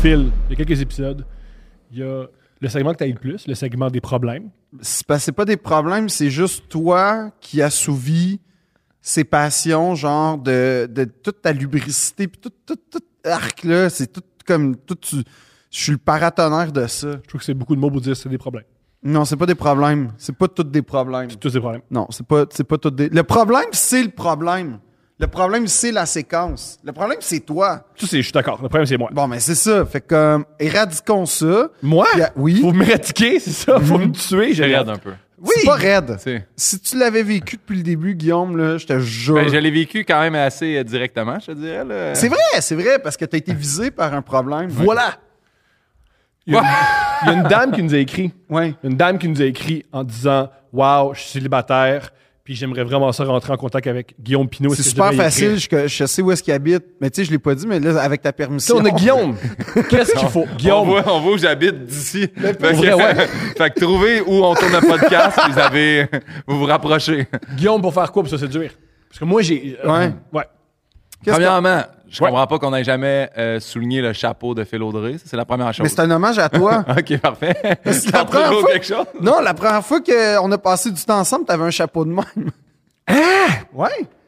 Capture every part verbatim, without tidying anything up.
fil, il y a quelques épisodes, il y a le segment que tu as eu le plus, le segment des problèmes. C'est pas, c'est pas des problèmes, c'est juste toi qui assouvis ses passions, genre de, de toute ta lubricité, puis tout, tout, tout arc là, c'est tout comme tout. Tu, je suis le paratonnerre de ça. Je trouve que c'est beaucoup de mots pour dire que c'est des problèmes. Non, c'est pas des problèmes. C'est pas tous des problèmes. C'est tous des problèmes. Non, c'est pas, c'est pas tous des. Le problème, c'est le problème. Le problème, c'est la séquence. Le problème, c'est toi. Ça, c'est, je suis d'accord. Le problème, c'est moi. Bon, mais c'est ça. Fait que, euh, éradiquons ça. Moi? Puis, euh, oui. Faut m'éradiquer, c'est ça? Faut me tuer, j'ai J'ai raide raide un peu. Oui. C'est pas raide. C'est... Si tu l'avais vécu depuis le début, Guillaume, là, je te jure. Ben, je l'ai vécu quand même assez euh, directement, je te dirais. Là. C'est vrai, c'est vrai, parce que t'as été visé par un problème. Voilà! Il y, a une, il y a une dame qui nous a écrit. Ouais. Une dame qui nous a écrit en disant « Wow, je suis célibataire, puis j'aimerais vraiment ça rentrer en contact avec Guillaume Pinault. » C'est super facile, je, je sais où est-ce qu'il habite. Mais tu sais, je l'ai pas dit, mais là, avec ta permission. Si on a Guillaume, qu'est-ce qu'il faut? On Guillaume, voit, on voit où j'habite d'ici. Fait que, vrai, ouais. fait que trouvez où on tourne le podcast, vous avez, vous vous rapprochez. Guillaume pour faire quoi pour ça séduire? Parce que moi, j'ai... euh, Ouais. ouais. Qu'est-ce que- Premièrement, je Ouais. comprends pas qu'on ait jamais euh, souligné le chapeau de Phil Audrey. Ça, c'est la première chose. Mais c'est un hommage à toi. OK, parfait. C'est la T'as première trouvé fois- quelque chose? Non, la première fois qu'on a passé du temps ensemble, t'avais un chapeau de même. Hein? Ouais.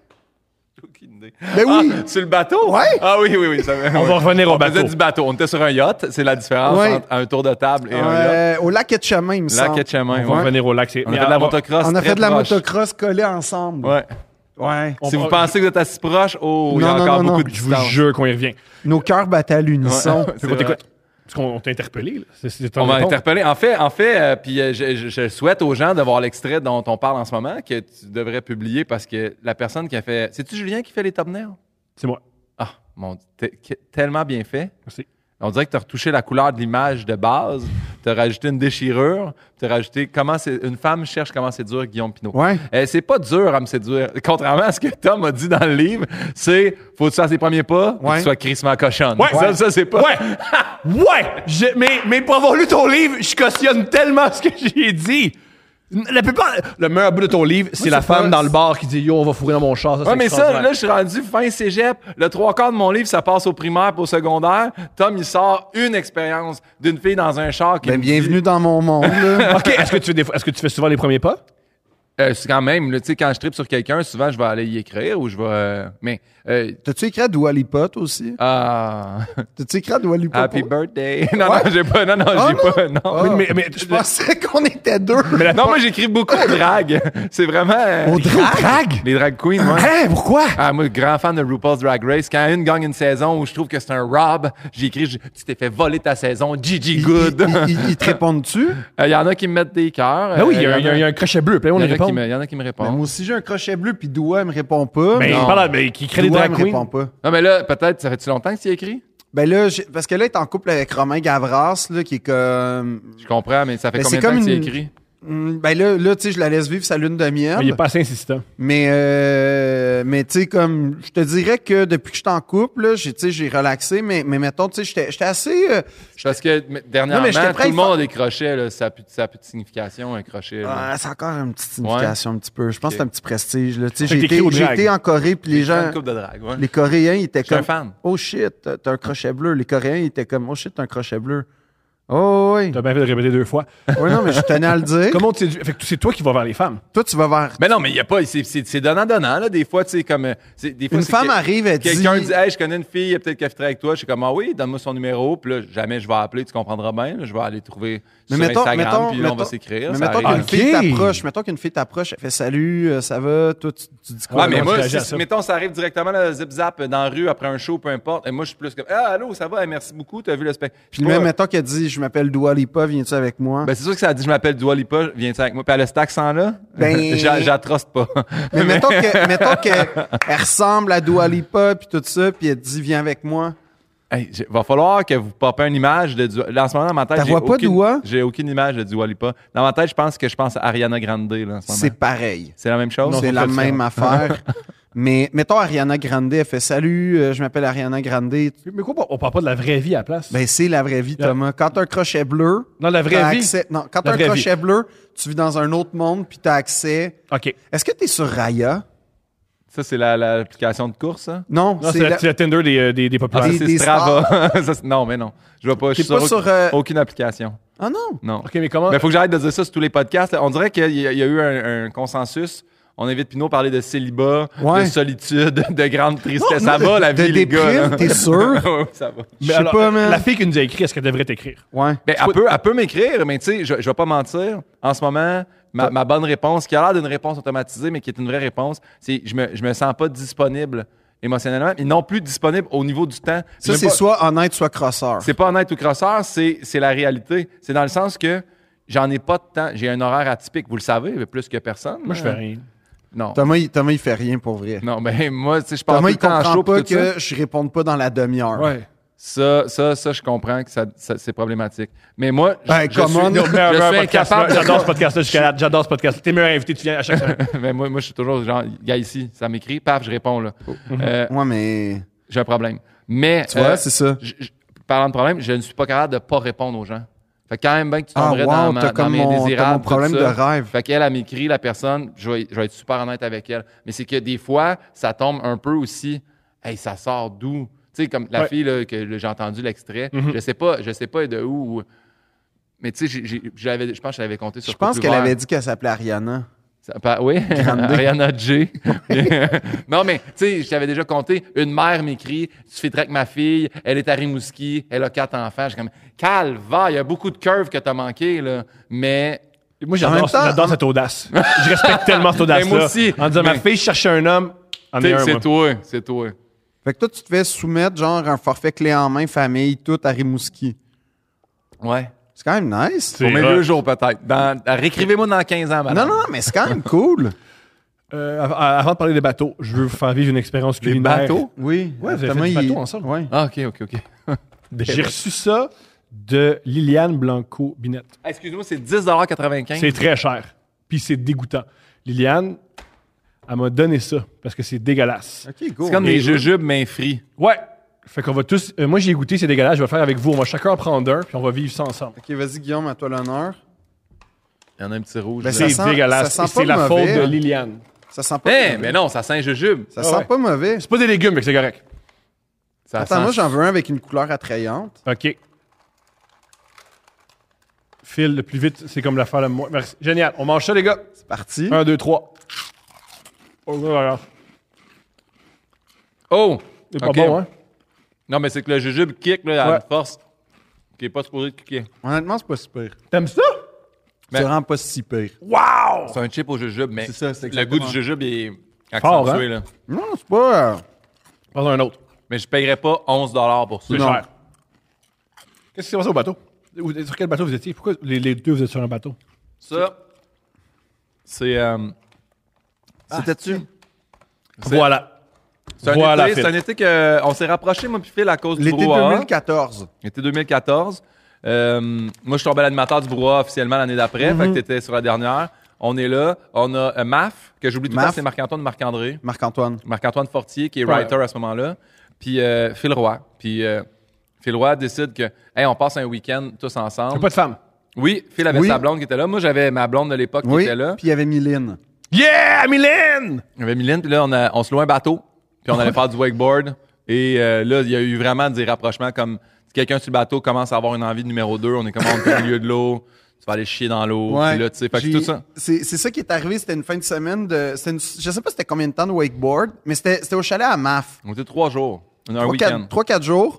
J'ai aucune idée. Ben oui. Ah, sur le bateau? Ouais. Ah oui, oui, oui. Ça, On va revenir au on faisait bateau. du bateau. On était sur un yacht. C'est la différence Ouais. entre un tour de table et un yacht. Euh, au lac Etchemin, il me semble. Lac Etchemin, On va ouais. revenir au lac. C'est... On a mais fait de la on va- motocross On a très fait de la proche. motocross collée ensemble. Ouais. Ouais. on Si va- vous pensez que vous êtes assez proche, oh, il y a Non, non, encore non, beaucoup non. de Je vous distance. jure qu'on y revient. Nos cœurs battaient à l'unisson. Ouais. Fait C'est qu'on vrai. t'écoute. Parce qu'on on t'a interpellé. Là. C'est, c'est ton On m'a réponse. interpellé. En fait, en fait, euh, puis euh, je, je- je souhaite aux gens de voir l'extrait dont on parle en ce moment que tu devrais publier parce que la personne qui a fait, c'est-tu Julien qui fait les thumbnails? C'est moi. Ah, mon Dieu, t'es- que- tellement bien fait. Merci. On dirait que tu as retouché la couleur de l'image de base, tu as rajouté une déchirure, tu as rajouté comment c'est une femme cherche comment séduire Guillaume Pinault. Ouais. Euh, c'est pas dur à me séduire. Contrairement à ce que Tom a dit dans le livre, c'est faut que tu fasses les premiers pas, et que Ouais. tu sois crissement cochonne. Ouais. Ça, ça c'est pas. Ouais! ouais! Je- mais, mais pour avoir lu ton livre, je cautionne tellement ce que j'ai dit. La plupart, le meilleur bout de ton livre, c'est Moi, la c'est femme pas- dans le bar qui dit Yo, on va fourrer dans mon char. Ça, Ouais, c'est mais ça, extraordinaire. là, je suis rendu fin cégep. Le trois quarts de mon livre, ça passe au primaire puis au secondaire. Tom, il sort une expérience d'une fille dans un char qui Ben, me dit- bienvenue dans mon monde, là. OK, est-ce que, tu fais des fois- est-ce que tu fais souvent les premiers pas? Euh, c'est quand même, là, tu sais, quand je tripe sur quelqu'un, souvent, je vais aller y écrire ou je vais... euh, mais... euh, T'as-tu écrit à Dua Lipa, toi aussi? ah... T'as-tu écrit à Dua Lipa? Happy pour- birthday. Non, Ouais. non, j'ai pas... Non, non, Ah, j'ai non? pas... Non. Ah, mais- mais- je pensais qu'on était deux. Mais la Non, moi, j'écris beaucoup au drag. C'est vraiment... euh, Au drag? drag? Les drag queens, moi. Hein? Pourquoi? Ah, moi, grand fan de RuPaul's Drag Race. Quand une gagne une saison où je trouve que c'est un rob, j'ai écrit je- « Tu t'es fait voler ta saison, Gigi Ils Good. » il, il, il te répondent-tu? Il y en a qui me mettent des cœurs. Ben oui, il y, Euh, a un- il y a un- il y a un crochet bleu. Puis là, on il y y en a qui répond. me- il y en a qui me Ben, répondent. moi aussi, j'ai un crochet bleu, puis Dua, elle me répond pas. Mais mais il parle, mais qui crée des Dua, drag elle me queens. répond pas. Non, mais là, peut-être, ça fait-tu longtemps que tu y as écrit? Ben là, j'ai- parce que là, il est en couple avec Romain Gavras, là, qui est comme... Je comprends, mais ça fait Ben, combien c'est de temps comme que tu y as une- écrit? Hmm, Ben là, là tu sais, je la laisse vivre sa lune de miel. Mais il est pas assez insistant. Mais, euh, mais tu sais, comme, je te dirais que depuis que je suis en couple, là, j'ai, tu sais, j'ai relaxé, mais, mais mettons, tu sais, j'étais, j'étais assez, euh, Parce que mais, dernièrement, Non, mais j'étais prêt tout à le y monde faire- a des crochets, là, ça a plus, ça a plus de signification, un crochet. là. ah, c'est encore une petite signification un petit peu. Je pense Ok. que c'est un petit prestige, là. Tu sais, Fait que j'ai t'écris été, au j'ai drag. été en Corée, puis les J'ai fait gens, une coupe de drague, ouais. les Coréens, ils étaient Je suis un comme, fan. oh shit, t'as t'as un crochet bleu. Les Coréens, ils étaient comme, oh shit, t'as un crochet bleu. Oh oui. T'as bien fait de répéter deux fois. Ouais, non, mais je tenais à le dire. Comment tu séduis? Fait que c'est toi qui vas vers les femmes. Toi, tu vas vers, Mais non, mais il y a pas, c'est, c'est, c'est donnant-donnant, là, des fois, tu sais, comme, euh, c'est, des fois, une c'est femme que- arrive, elle dit, Quelqu'un dit, hey, je connais une fille, peut-être qu'elle fitterait avec toi. Je suis comme, ah oui, donne-moi son numéro. Puis là, jamais je vais appeler, tu comprendras bien. là. Je vais aller trouver Mais sur mettons, Instagram, mettons, puis là, on va mettons- s'écrire. mais ça mettons arrive. qu'une fille Ok. t'approche, mettons qu'une fille t'approche, elle fait salut, euh, ça va, toi, tu, tu dis quoi? Ouais, mais comment tu moi, réagis à si, ça? mettons, ça arrive directement, là, zip-zap, dans la rue, après un show, peu importe. Et moi, je suis plus comme, ah, allô, ça va, hey, merci beaucoup, t'as vu le spectacle. Puis même, mettons qu'elle dit, je m'appelle Dua Lipa, viens-tu avec moi? Ben, c'est sûr que ça a dit, je m'appelle Dua Lipa, viens-tu avec moi? Puis elle a cet accent-là, Ben- j'a- j'attroste pas. mais mettons que, mettons qu'elle elle ressemble à Dua Lipa, puis tout ça, puis elle te dit, viens avec moi. Hey, j'ai- va falloir que vous popez une image de Dua. Là, en ce moment, dans ma tête, T'as j'ai vois pas aucune, Dua? j'ai aucune image de Dua Lipa. Dans ma tête, je pense que je pense à Ariana Grande, là, en ce moment. C'est pareil. C'est la même chose? Non, C'est c'est la pas même affaire. Mais mettons Ariana Grande, elle fait salut, euh, je m'appelle Ariana Grande. Mais quoi, on parle pas de la vraie vie à la place? Ben, c'est la vraie vie, Thomas. Quand t'as un crochet bleu, Dans la vraie t'as vie? accès- Non, quand La t'as un vraie crochet bleu, tu vis dans un autre monde, puis t'as accès. OK. Est-ce que t'es sur Raya? Ça, c'est la, la- l'application de course, ça? Non, Non, c'est c'est la, la- c'est la Tinder des, euh, des, des Ah, populaires. Des- c'est des Strava. Ça, c'est- non, mais non. Je vais pas. Je T'es suis sur, pas aucune- sur, euh, aucune application. Ah non? Non. OK, mais comment... Mais il faut que j'arrête de dire ça sur tous les podcasts. On dirait qu'il y a, il y a eu un, un consensus. On invite Pinot à parler de célibat, Ouais. de solitude, de grande tristesse. Non, ça non, va, la de vie, les gars. déprime, là. t'es sûr? Oui, ça va. Je Mais sais alors, pas, man. la fille qui nous a écrit, est-ce qu'elle devrait t'écrire? Ouais. Ben, elle, peut, elle peut m'écrire, mais tu sais, je, je vais pas mentir. En ce moment, ma, ma bonne réponse, qui a l'air d'une réponse automatisée, mais qui est une vraie réponse, c'est je me, je me sens pas disponible émotionnellement, et non plus disponible au niveau du temps. Ça, Même c'est pas- soit honnête, soit crosseur. C'est pas honnête ou crosseur, c'est, c'est la réalité. C'est dans le sens que j'en ai pas de temps. J'ai un horaire atypique, vous le savez, plus que personne. Moi, je fais rien. Non. Thomas, il, Thomas, il fait rien pour vrai. Non, ben moi, tu sais, je parle Thomas, tout il le temps en comprend show pas pis tout ça. que je réponde pas dans la demi-heure. Ouais. Ça, ça, ça, je comprends que ça, ça- c'est problématique. Mais moi, je, Ben, je come on. suis, Non, je Meilleur- meilleur suis podcast, incapable de... J'adore ce podcast-là jusqu'à là. J'adore ce podcast. T'es meilleur invité, tu viens à chaque semaine. Mais moi, moi, je suis toujours genre, gars ici, ça m'écrit, paf, je réponds là. Euh, Ouais, mais. j'ai un problème. Mais, Tu vois, euh, c'est ça. je- je- parlant de problème, je ne suis pas capable de pas répondre aux gens. Fait que quand même bien que tu Ah, tomberais wow, dans, ma, t'as dans comme mes mon, t'as désirables, mon problème tout de ça. rêve. Fait qu'elle, elle m'écrit, la personne, je vais, je vais être super honnête avec elle. Mais c'est que des fois, ça tombe un peu aussi, hey, ça sort d'où? Tu sais, comme la Ouais. fille, là, que là, j'ai entendu l'extrait, Mhm. je sais pas, je sais pas de où. Mais tu sais, j'ai- j'ai- je l'avais- je pense que je l'avais compté sur Je pense Couple qu'elle Ouvert. avait dit qu'elle s'appelait Ariana. Ça pa- oui, Ariana J. Non, mais tu sais, je t'avais déjà compté, une mère m'écrit, tu fais avec ma fille, elle est à Rimouski, elle a quatre enfants. J'ai comme, calva, il y a beaucoup de curves que t'as manqué, là. Mais, Moi, En j'adore, même temps, j'adore en- cette audace. Je respecte tellement cette audace-là. Mais moi aussi. En disant, ma Mais- fille cherchait un homme, en tu est sais, un, c'est moi. toi, c'est toi. Fait que toi, tu te fais soumettre, genre, un forfait clé en main, famille, tout à Rimouski. Ouais. C'est quand même nice. C'est Pour mes hot. deux jours, peut-être. Dans, réécrivez-moi dans quinze ans, madame. Non, non, non, mais c'est quand même cool. Euh, av- avant de parler des bateaux, je veux vous faire vivre une expérience Les culinaire. bateaux? Oui. Ouais, vous avez Thomas, fait du il- bateau ensemble. Ouais. Ah, OK, OK, OK. J'ai reçu ça de Liliane Blanco-Binette. Ah, excuse-moi, c'est dix dollars quatre-vingt-quinze. C'est très cher. Puis c'est dégoûtant. Liliane, elle m'a donné ça parce que c'est dégueulasse. OK, go. C'est comme Et- des jujubes main frits. Ouais. Fait qu'on va tous. euh, moi, j'ai goûté, c'est dégueulasse. Je vais le faire avec vous. On va chacun en prendre un, puis on va vivre ça ensemble. OK, vas-y, Guillaume, à toi l'honneur. Il y en a un petit rouge. Ben, là. ça C'est sent- dégueulasse. ça Et sent pas c'est la mauvais, faute de hein. Liliane. Ça sent pas Eh, mauvais. mais non, ça sent un jujube. Ça Ah sent ouais. pas mauvais. C'est pas des légumes, mais c'est correct. Ça Attends, sent- moi, j'en veux un avec une couleur attrayante. OK. File le plus vite, c'est comme l'affaire la moins. Merci. Génial. On mange ça, les gars. C'est parti. Un, deux, trois. Oh, voilà. Oh! C'est pas OK. bon, hein? Non, mais c'est que le jujube kick, là, à Ouais. une force qui est pas supposé de kicker. Honnêtement, c'est pas si pire. T'aimes ça? Mais- C'est vraiment pas si pire. Wow! C'est un chip au jujube, mais C'est ça, c'est le goût exactement. du jujube il est Fort, accentué, là. Non, c'est pas... euh, Prends un autre. Mais je payerais pas onze dollars pour ça. C'est Non. cher. Qu'est-ce qui s'est passé au bateau? Où- Sur quel bateau vous étiez? Pourquoi les, les deux, vous êtes sur un bateau? Ça, c'est... euh, C'était-tu? C'est- Voilà. c'est un Voilà, été, Phil. c'est un été que on s'est rapproché, moi puis Phil, à cause du L'été brouhaha. deux mille quatorze. L'été deux mille quatorze. Euh, moi, je suis tombé à l'animateur du brouhaha officiellement l'année d'après, fait que t'étais sur la dernière. On est là. On a euh, Maf, que j'oublie tout le temps, Maf. c'est Marc-Antoine Marc-André. Marc-Antoine. Marc-Antoine Fortier, qui est Ouais. writer à ce moment-là. Puis euh, Phil Roy. Puis euh, Phil Roy décide que, hey, on passe un week-end tous T'as ensemble. pas de femme. Oui, Phil avait Oui. sa blonde qui était là. Moi, j'avais ma blonde de l'époque qui Oui, était là. puis il y avait Mylène. Yeah, Mylène! Il y avait Mylène, puis là, on, a, on se louait un bateau. Puis on allait faire du wakeboard. Et euh, là, il y a eu vraiment des rapprochements comme si quelqu'un sur le bateau commence à avoir une envie de numéro deux, on est comme on est au milieu de l'eau, tu vas aller chier dans l'eau. Puis là, tu sais, fait que J'ai- tout ça. C'est c'est ça qui est arrivé, c'était une fin de semaine de... c'était Une, je sais pas c'était combien de temps de wakeboard, mais c'était c'était au chalet à Maf. On était trois jours. On a un Trois, week-end. quatre- Trois, quatre jours.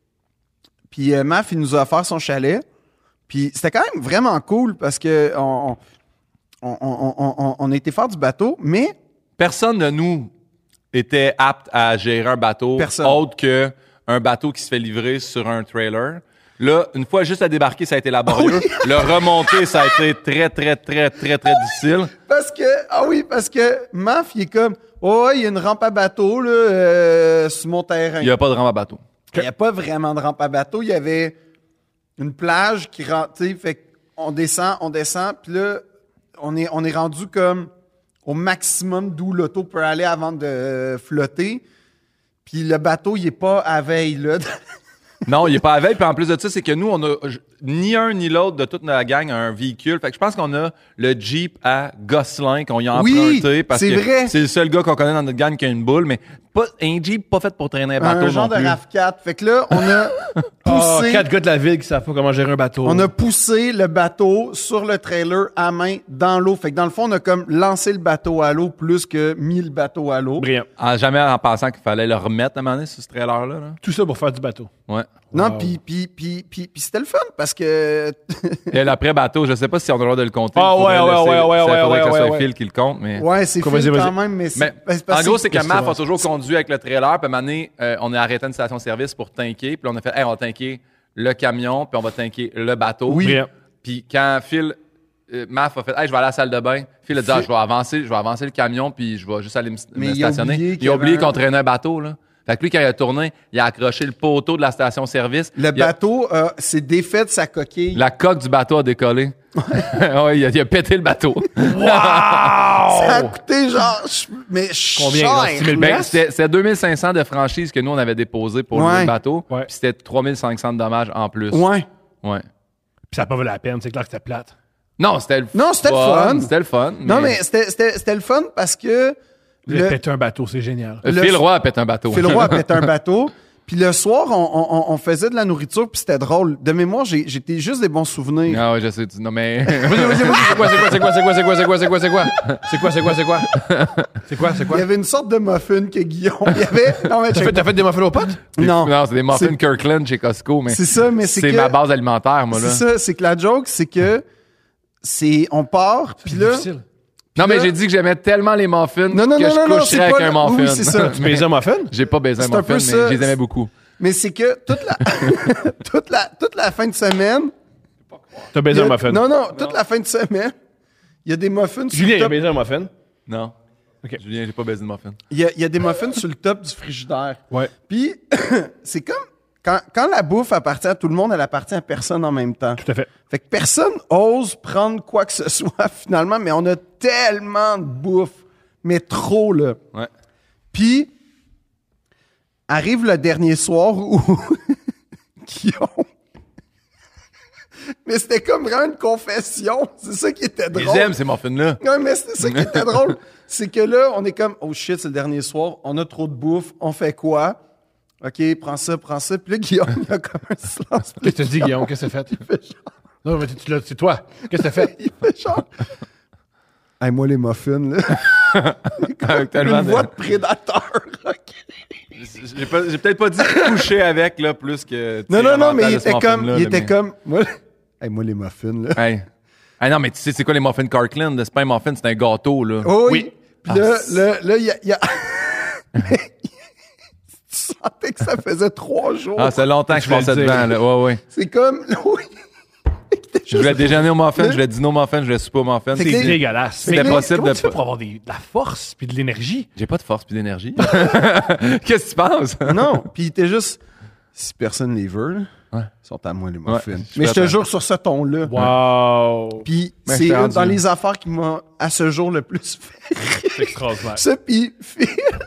Puis euh, Maf, il nous a offert son chalet. Puis c'était quand même vraiment cool parce que on, on, on, on, on- on a été faire du bateau, mais Personne de nous était apte à gérer un bateau Personne. autre que un bateau qui se fait livrer sur un trailer. Là, une fois juste à débarquer, ça a été laborieux. Le remonter, ça a été très, très, très, très, très difficile. parce que... Ah oui, parce que Maf, il est comme... Oh, ouais, il y a une rampe à bateau là, euh, sur mon terrain. Il n'y a pas de rampe à bateau. Il n'y a pas vraiment de rampe à bateau. Il y avait une plage qui rentre, tu sais, fait qu'on descend, on descend, puis là, on est, on est rendu comme au maximum d'où l'auto peut aller avant de euh, flotter. Puis le bateau, il est pas à veille, là. Non, il est pas à veille. Puis en plus de ça, c'est que nous, on a. je- ni un ni l'autre de toute la gang a un véhicule. Fait que je pense qu'on a le Jeep à Gosselin qu'on y a Oui, emprunté parce c'est que vrai. c'est le seul gars qu'on connaît dans notre gang qui a une boule, mais pas un Jeep pas fait pour traîner un bateau Un genre non de plus. RAV quatre. Fait que là, on a Oh, poussé... quatre gars de la ville qui savent pas comment gérer un bateau. On a poussé le bateau sur le trailer à main dans l'eau. Fait que dans le fond, on a comme lancé le bateau à l'eau plus que mis le bateau à l'eau. Brillant. En, jamais en pensant qu'il fallait le remettre à un moment donné sur ce trailer-là. Là. Tout ça pour faire du bateau. Ouais. Non, Wow. puis puis puis puis puis c'était le fun parce que Et l'après-bateau, je sais pas si on a le droit de le compter. Ah, Faudrait ouais, ouais, laisser- ouais, ouais, ça, ouais, faudrait que ouais, ce soit ouais, Phil qui le compte, mais... ouais, c'est Quoi, Phil vas-y, quand vas-y. même, mais c'est Mais, ben, c'est parce en gros, que- c'est que qu'est-ce Maf que a toujours conduit avec le trailer, puis à un moment donné, euh, on est arrêté à une station-service pour tanker, puis là, on a fait, hey, on va tanker le camion, puis on va tanker le bateau. Oui. Brillant. Puis quand Phil, euh, Maf a fait, hey, je vais aller à la salle de bain, Phil a dit, ah, Phil- je vais avancer, je vais avancer le camion, puis je vais juste aller me, Mais me il a stationner. oublié Il qu'il y a avait oublié un- qu'on traînait un bateau, là. Fait que lui, quand il a tourné, il a accroché le poteau de la station-service. le Il a- bateau euh, s'est défait de sa coquille. La coque du bateau a décollé. ouais, il a, il a pété le bateau. Ça a coûté genre je- mais Combien, cher. genre six mille? Ben, c'était, c'était deux mille cinq cents de franchise que nous, on avait déposé pour Ouais. le bateau. Ouais. Puis c'était trois mille cinq cents de dommages en plus. Ouais. Ouais. Puis ça n'a pas valu la peine. C'est clair que c'était plate. Non, c'était le Non, c'était le fun. C'était le fun. Non mais c'était c'était c'était le fun parce que Le... le Péter un bateau, c'est génial. Euh, le- Phil Roy a pété un bateau. Phil Roy a pété un bateau. Puis le soir, on, on, on faisait de la nourriture, puis c'était drôle. De mémoire, j'ai, j'étais juste des bons souvenirs. Ah ouais, je sais. tu- Non, mais... Vas-y, vas-y, vas-y. C'est quoi, c'est quoi, c'est quoi, c'est quoi, c'est quoi, c'est quoi, c'est quoi, c'est quoi? C'est quoi, c'est quoi, c'est quoi? C'est quoi, c'est Il quoi? y avait une sorte de muffin que Guillaume... Il y avait... Non, mais T'as check- fait, t'as fait des muffins aux potes? Non. Non, c'est des muffins C'est- Kirkland chez Costco, mais C'est ça, mais c'est c'est que... ma base alimentaire, moi, là. C'est ça, c'est que la joke, c'est que... c'est On part, puis là... difficile. Non, mais là- j'ai dit que j'aimais tellement les muffins Non, non, que non, je non, non, coucherais c'est avec pas un le- muffin. oui, c'est ça. Tu baises un muffin? J'ai pas baisé un C'est un muffin, peu mais ça. je les aimais beaucoup. Mais c'est que toute la... toute la... toute la fin de semaine... T'as il baisé y a- un muffin. Non, non, toute la fin de semaine, il y a des muffins sur Julien, le il a top... baisé un muffin. Non. Ok. Julien, j'ai pas baisé de muffin. Il y a, il y a des muffins sur le top du frigidaire. Ouais. Puis, c'est comme... Quand, quand la bouffe appartient à tout le monde, elle appartient à personne en même temps. Tout à fait. Fait que personne ose prendre quoi que ce soit, finalement, mais on a tellement de bouffe. Mais trop, là. Ouais. Puis, arrive le dernier soir où Guillaume... Mais c'était comme vraiment une confession. C'est ça qui était Je drôle. les aime, ces muffins-là. Non, mais c'était ça qui était drôle. C'est que là, on est comme, oh shit, c'est le dernier soir, on a trop de bouffe, on fait quoi? OK, prends ça, prends ça. Puis là, Guillaume, il a comme un silence. Qu'est-ce que t'as dit, Guillaume? Qu'est-ce que t'as fait? Non, mais tu, tu l'as- c'est toi. Qu'est-ce que t'as fait? Il fait genre... Hey, moi, les muffins, là. Avec tellement Une de- voix de prédateur. OK. J'ai, pas- j'ai peut-être pas dit coucher avec, là, plus que... Non, non, non, mais il de ce était comme... muffin-là, Il là, était mais- comme... Moi, hey, moi, les muffins, là. Hey. Hey, non, mais tu sais, c'est quoi les muffins Kirkland? C'est pas un muffin, c'est un gâteau, là. Oh, oui. Puis là, Ah, c'est- là, là, il y a... il y a... tu sentais que ça faisait trois jours. Ah, c'est longtemps que je Je vais passais le dire. devant, là. Ouais, ouais. C'est comme... Oui. Je voulais déjeuner au muffin, je voulais dîner au muffin, je voulais souper au muffin. Fait que C'est les- dégueulasse. C'était Mais possible comment de tu fais pas- pour avoir des- de la force puis de l'énergie? J'ai pas de force puis d'énergie. Qu'est-ce que tu penses? Non, puis il était juste... Si personne les veut, là, Ouais. ils sont à moi, les muffins. Ouais, je suis Mais je te d'accord. jure sur ce ton-là. Wow! Puis Ben, c'est j'étais une rendu dans là. les affaires qui m'a, à ce jour, le plus fait. C'est extraordinaire. Ça, puis Phil-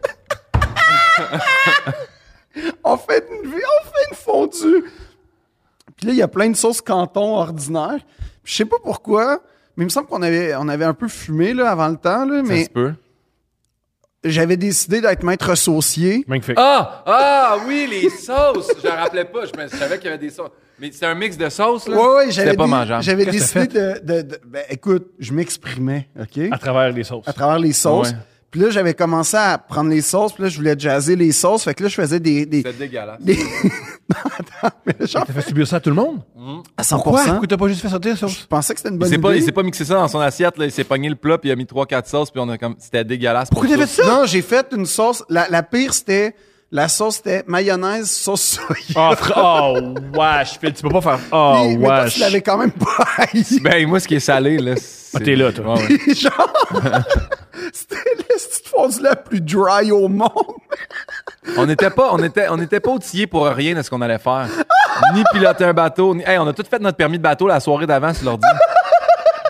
on fait une, on fait une fondue. Puis là, il y a plein de sauces canton ordinaires. Puis je sais pas pourquoi, mais il me semble qu'on avait, on avait un peu fumé là, avant le temps, là, Ça mais se peut. j'avais décidé d'être maître saucier. Magnifique. Ah! Ah, oui, les sauces! Je me rappelais pas, je, me, je savais qu'il y avait des sauces. Mais c'est un mix de sauces, là? Ouais, ouais, j'avais, C'était pas dé- mangeable. j'avais Qu'est-ce que décidé de, de, de- ben, écoute, je m'exprimais, OK? À travers les sauces. À travers les sauces. Ouais. Puis là, j'avais commencé à prendre les sauces, puis là, je voulais jazzer les sauces. Fait que là, je faisais des... des, C'est dégueulasse. des... non, attends, mais genre, T'as fait subir ça à tout le monde? à cent pour Pourquoi? cent. Pourquoi t'as pas juste fait sauter la Je sauce? pensais que c'était une Il bonne s'est, idée. pas, il s'est pas mixé ça dans son assiette, là. Il s'est pogné le plat, puis il a mis trois quatre sauces, puis on a comme... C'était dégueulasse. Pourquoi pour t'as fait ça? Non, j'ai fait une sauce... La, la pire, c'était... La sauce, c'était mayonnaise, sauce soya. Oh, fra- oh, wesh, Phil, tu peux pas faire. Oh, Puis, mais toi, wesh. tu l'avais quand même pas haï. Ben, moi, ce qui est salé, là, c'est... Ah, t'es là, toi. Ouais, ouais. Genre... c'était la petite fondue la plus dry au monde. On n'était pas, on était, on était pas outillés pour rien de ce qu'on allait faire. Ni piloter un bateau, ni... Hey, on a tout fait notre permis de bateau la soirée d'avant sur l'ordi.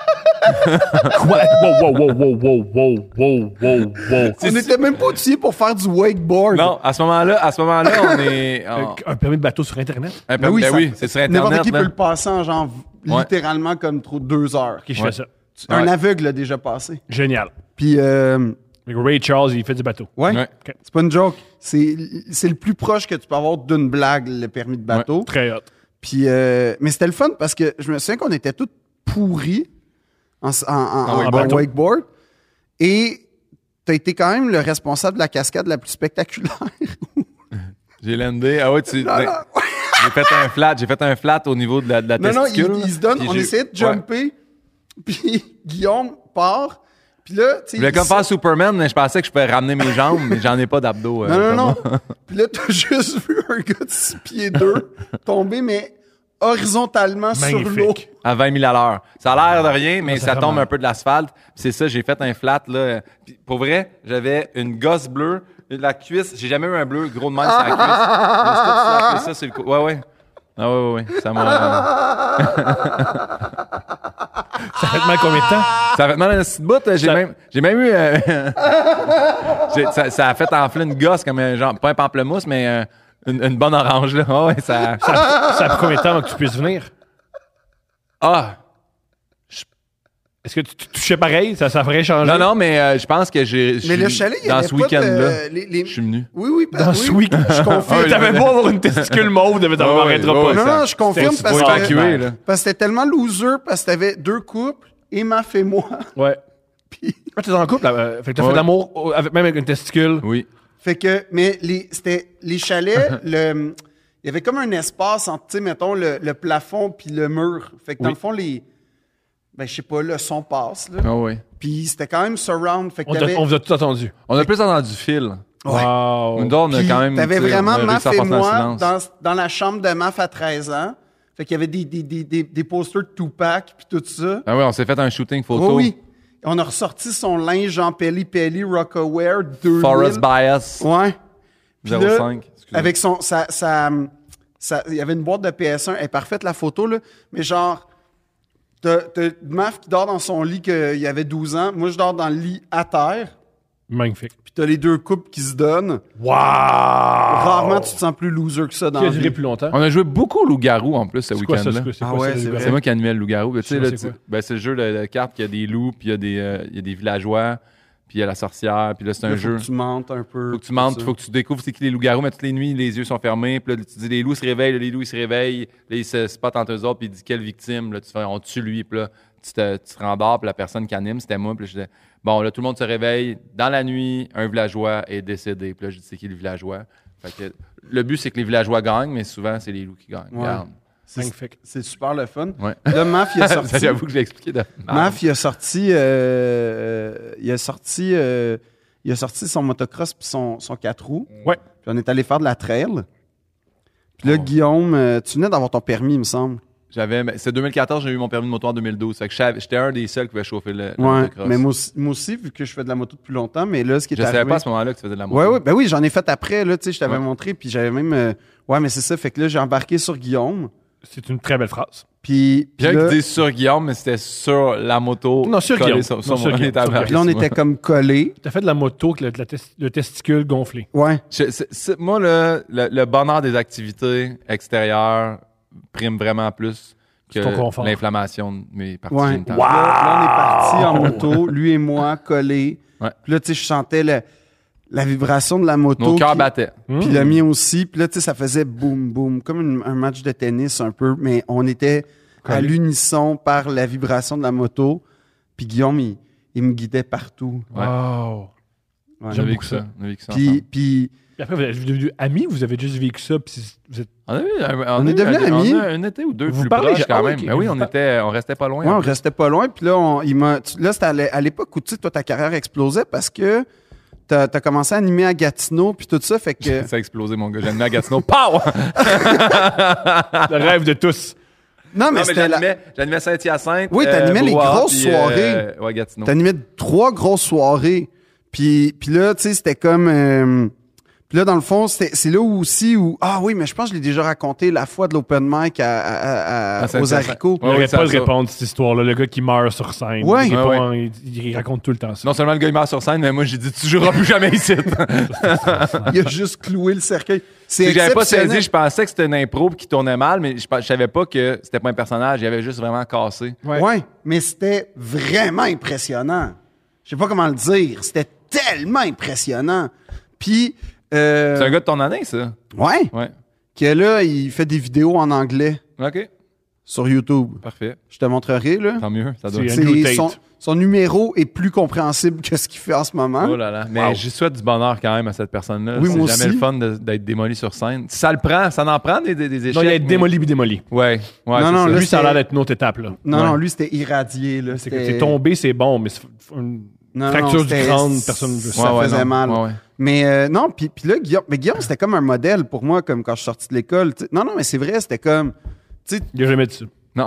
Quoi? Wow, wow, wow, wow, wow, wow, wow, wow, wow. On n'était même pas outillés pour faire du wakeboard. Non, à ce moment-là, à ce moment-là, on est... Un, on- un permis de bateau sur Internet? un Ben peu- oui, ben ça- oui, c'est sur Internet. N'importe qui là. peut le passer en genre Ouais. littéralement comme trop deux heures. Ok, je Ouais. fais ça. Un Ouais. aveugle l'a déjà passé. Génial. Puis, euh, Ray Charles, il fait du bateau. ouais, Ouais. c'est pas une joke. C'est, c'est le plus proche que tu peux avoir d'une blague, le permis de bateau. Très hot. Puis, euh, mais c'était le fun parce que je me souviens qu'on était tous pourris en, en, en- en wakeboard. wakeboard. Et t'as été quand même le responsable de la cascade la plus spectaculaire. J'ai landé. Ah ouais, tu... Non, ouais. non, J'ai fait un flat. J'ai fait un flat au niveau de la, de la non, non, testicule. il, il se donne. Puis On j'ai- essayait de Ouais. jumper. Puis Guillaume part. Puis là, tu sais. Je voulais il comme sort- faire Superman, mais je pensais que je pouvais ramener mes jambes, mais j'en ai pas d'abdos. euh, Non, non, comme non. moi. Puis là, t'as juste vu un gars de six pieds deux tomber, mais horizontalement sur l'eau. Magnifique. À vingt mille à l'heure. Ça a l'air de rien, mais ça ça fait tombe mal. un peu de l'asphalte. Puis c'est ça, j'ai fait un flat, là. Puis pour vrai, j'avais une gosse bleue, la cuisse. J'ai jamais eu un bleu gros de même sur la cuisse. Je me suis tout slappé ça sur le cou. Ouais, ouais. Ah ouais, ouais, ouais. Ça m'a... Ça fait mal combien de temps? Ça a fait mal à la petite bout. J'ai Ça- même, j'ai même eu... euh, j'ai- ça, ça a fait enfler une gosse comme un genre... Pas un pamplemousse, mais euh, une, une bonne orange, là. Ah ouais, ça... Ça, ça a pris combien de temps avant que tu puisses venir? Ah! Est-ce que tu, tu touchais pareil? Ça, ça ferait changer? Non, non, mais euh, je pense que j'ai... je Mais le suis- chalet, il y dans avait ce pas week-end-là, de... les- les- je suis venu. Oui, oui. Dans oui, ce week-end. Je confirme. Ah, T'avais beau avoir une testicule mauve, mais t'en Ouais, m'arrêteras ouais, pas. ouais, Non, ça- non, je confirme c'était- parce tu vas que, évacuer, là. parce que c'était tellement loser parce que t'avais deux couples, Emma et moi. Ouais. Puis, Ah, t'es en couple, là. euh, Fait que t'as Ouais. fait de l'amour au- avec, même avec une testicule. Oui. fait que, mais les, c'était les chalets, le, il y avait comme un espace entre, tu sais, mettons, le, le plafond puis le mur. Fait que dans Oui. le fond, les, ben, je sais pas, le son passe, là. Ah oui. Puis c'était quand même surround. Fait que On, t'a- t'avais... on vous a tout entendu. On a plus entendu fil. Ouais. Wow. Nous, on a Puis quand même... T'avais tu sais, vraiment on a réussi Maf à et passer dans le moi silence. dans, dans la chambre de Maf à treize ans. Fait qu'il y avait des, des, des, des, des posters de Tupac puis tout ça. Ah oui, on s'est fait un shooting photo. Oh oui. On a ressorti son linge Jean Pelli Pelli Rockaware deux mille. Forest Bias. Ouais. Puis zéro là, cinq. Excusez. avec son sa, sa, sa- il y avait une boîte de P S un, elle est parfaite la photo là, mais genre t'as, t'as Maf qui dort dans son lit qu'il y avait douze ans, moi je dors dans le lit à terre, Magnifique. puis t'as les deux couples qui se donnent. Wow! Rarement tu te sens plus loser que ça dans Qui a la duré vie. plus longtemps? On a joué beaucoup au loup-garou en plus ce C'est quoi ça? week-end-là. C'est quoi, c'est Ah quoi, ouais, ça, c'est le vrai. C'est moi qui animais le loup-garou. Tu sais, Je là, sais c'est tu- quoi. ben, c'est le jeu de, de cartes, il y a des loups, puis il y a des, euh, il y a des villageois, puis il y a la sorcière, puis là, c'est un Là, jeu. faut que tu mentes un peu. Faut que tu tout mentes, ça. puis faut que tu découvres c'est qui les loups-garous, mais toutes les nuits, les yeux sont fermés, puis là, tu dis les loups se réveillent, là, les loups ils se réveillent, là, ils se spotent entre eux autres, puis ils disent quelle victime, là, tu fais, on tue lui, puis là, tu te, tu te rendors, puis la personne qui anime, c'était moi, puis là, je disais, bon, là, tout le monde se réveille, dans la nuit, un villageois est décédé, puis là, je dis c'est qui le villageois. Fait que le but, c'est que les villageois gagnent, mais souvent, c'est les loups qui gagnent. Ouais. Regarde. C'est- Magnifique. C'est super le fun. Ouais. Là, Maf, il a Ça, sorti. j'avoue que je l'ai expliqué de. Maf, il a sorti, euh, euh, il a sorti, euh, il a sorti son motocross puis son, son quatre roues. Ouais. Puis on est allé faire de la trail. Puis là, Oh. Guillaume, euh, tu venais d'avoir ton permis, il me semble. J'avais, mais c'est deux mille quatorze, j'ai eu mon permis de moto en deux mille douze. Fait que je savais- j'étais un des seuls qui pouvait chauffer le, le Ouais. motocross. Mais moi aussi, moi aussi, vu que je fais de la moto depuis longtemps, mais là, ce qui est Je savais arrivé. pas à ce moment-là que tu faisais de la moto. Ouais, ouais, ben oui, j'en ai fait après, là, tu sais, je t'avais Ouais. montré, puis j'avais même. euh, Ouais, mais c'est ça, fait que là, j'ai embarqué sur Guillaume. C'est une très belle phrase. Puis, puis Bien là, que tu dis sur Guillaume, mais c'était sur la moto. Non, sur collée Guillaume. Sur, Non, sur sur mon Guillaume, établi. sur puis là, on était comme collés. T'as fait de la moto avec le, la tes- le testicule gonflé. Ouais. Je- c'est- c'est- moi, le, le, le bonheur des activités extérieures prime vraiment plus que ton confort. l'inflammation de mes parties Ouais. génitales. Là, là, on est parti en moto, lui et moi, collés. Ouais. Puis là, tu sais, je sentais le- la vibration de la moto. Nos cœurs qui- battaient. Puis le mien aussi. Puis là, tu sais, ça faisait boum, boum, comme une- un match de tennis un peu, mais on était à Collés. l'unisson par la vibration de la moto. Puis Guillaume, il, il me guidait partout. Ouais. Wow. Ouais. On a J'aime vécu beaucoup ça. ça. On a vécu ça Puis, ensemble. puis Puis après, vous êtes devenus amis, vous avez juste vécu ça, puis c'est- vous êtes... On, a eu un- on On a est eu devenus un, amis. On a eu un été ou deux Vous plus parlez, proches j'ai- quand ah, même. ok. Ben oui, Vous on par- était, on restait pas loin. ouais, en on plus. restait pas loin. Puis là, on, il m'a, tu- là, c'était à l'é- à l'époque où, tu sais, toi, ta carrière explosait parce que t'as as commencé à animer à Gatineau, puis tout ça, fait que... Ça a explosé, mon gars. J'ai animé à Gatineau. Pow! Le rêve de tous. Non, mais Non, mais c'était la... j'animais, j'animais Saint-Hyacinthe. Oui, t'animais les Brouhaha, grosses puis, soirées. Euh, ouais, Gatineau. T'animais trois grosses soirées. Puis, puis là, tu sais, c'était comme... euh, Puis Puis là, dans le fond, c'était, c'est là où aussi où... Ah oui, mais je pense que je l'ai déjà raconté la fois de l'open mic à, à, à, à, Ah, aux c'est haricots. Il n'arrête ça, pas de ça. répondre cette histoire-là. Le gars qui meurt sur scène. Ouais. Il, est Ouais, pas ouais. en- il, il raconte tout le temps ça. Non seulement le gars il meurt sur scène, mais moi j'ai dit tu joueras plus jamais ici. Il a juste cloué le cercueil. C'est C'est que j'avais pas exceptionnel. saisi, je pensais que c'était une impro qui tournait mal, mais je, je savais pas que c'était pas un personnage, il avait juste vraiment cassé. Ouais. Ouais, mais c'était vraiment impressionnant. Je sais pas comment le dire. C'était tellement impressionnant. Puis... euh, C'est un gars de ton année, ça? Ouais. Ouais. Que là, il fait des vidéos en anglais OK. sur YouTube. Parfait. Je te montrerai, là. Tant mieux. Ça doit C'est- être. Andrew C'est- Tate. son, son numéro est plus compréhensible que ce qu'il fait en ce moment. Oh là là. Mais Wow. j'y souhaite du bonheur quand même à cette personne-là. Oui, c'est moi jamais aussi. le fun de- d'être démoli sur scène. Ça le prend, ça en prend des, des, des échecs. Non, il a été mais- démoli puis démoli. Ouais. Ouais, Non, c'est non, ça. là, Lui, ça a c'était- l'air d'être une autre étape. Là. Non, Ouais. non, lui, c'était irradié. Là. C'est que C'était- t'es tombé, c'est bon, mais c'est f- une Non, fracture non, du c'était- crâne, personne ne veut ça. Ça Ouais, ouais, faisait non. mal. Ouais, ouais. Mais euh, non, puis puis là, Guillaume, mais Guillaume, c'était comme un modèle pour moi, comme quand je suis sorti de l'école. tu sais. Non, non, mais c'est vrai, c'était comme... tu sais, Il a jamais dit ça. Non.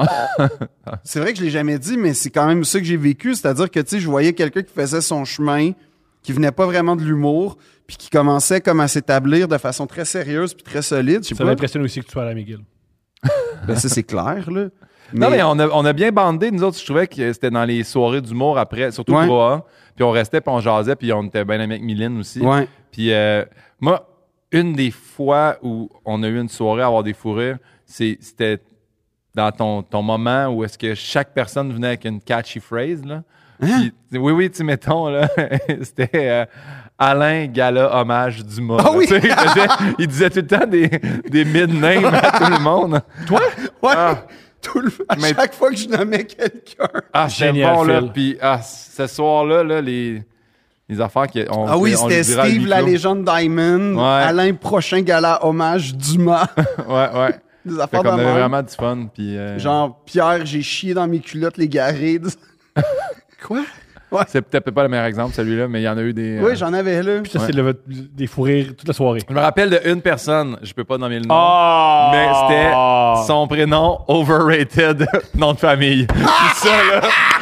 c'est vrai que je l'ai jamais dit, mais c'est quand même ça que j'ai vécu. C'est-à-dire que, tu sais, je voyais quelqu'un qui faisait son chemin, qui venait pas vraiment de l'humour, puis qui commençait comme à s'établir de façon très sérieuse puis très solide. Je sais Ça pas. m'impressionne aussi que tu sois à la McGill. Ben, ça, c'est clair, là. Non, mais on a, on a bien bandé. Nous autres, je trouvais que c'était dans les soirées d'humour après, surtout Ouais. le Broa. Puis on restait, puis on jasait, puis on était bien amis avec Mylène aussi. Ouais. Puis euh, moi, une des fois où on a eu une soirée à avoir des fous rires, c'est- c'était dans ton, ton moment où est-ce que chaque personne venait avec une catchy phrase, là. Hein? Puis, oui, oui, tu mettons, là, c'était euh, Alain Gala hommage Dumas. Ah là. oui! Tu sais, il, faisait- il disait tout le temps des, des mid-names à tout le monde. Ouais. Ah. Tout le... À Mais- chaque fois que je nommais quelqu'un. Ah, c'était Génial, bon, là. Phil. Puis, ah, ce soir-là, là, les, les affaires qui. On, Ah oui, on c'était le dira à Steve huis la clos. légende Diamond, Ouais. Alain prochain gala hommage Dumas, Ouais, ouais. des Fait affaires qu'on de avait même. vraiment du fun. Puis, euh, Genre Pierre, j'ai chié dans mes culottes les garées. Quoi? C'est peut-être pas le meilleur exemple, celui-là, mais il y en a eu des. Oui, euh, j'en avais là. Puis ça, Ouais. c'est le- des fous rires toute la soirée. Je me rappelle de une personne, je peux pas nommer le nom. Ah! Mais c'était son prénom overrated, nom de famille. Puis ça, là.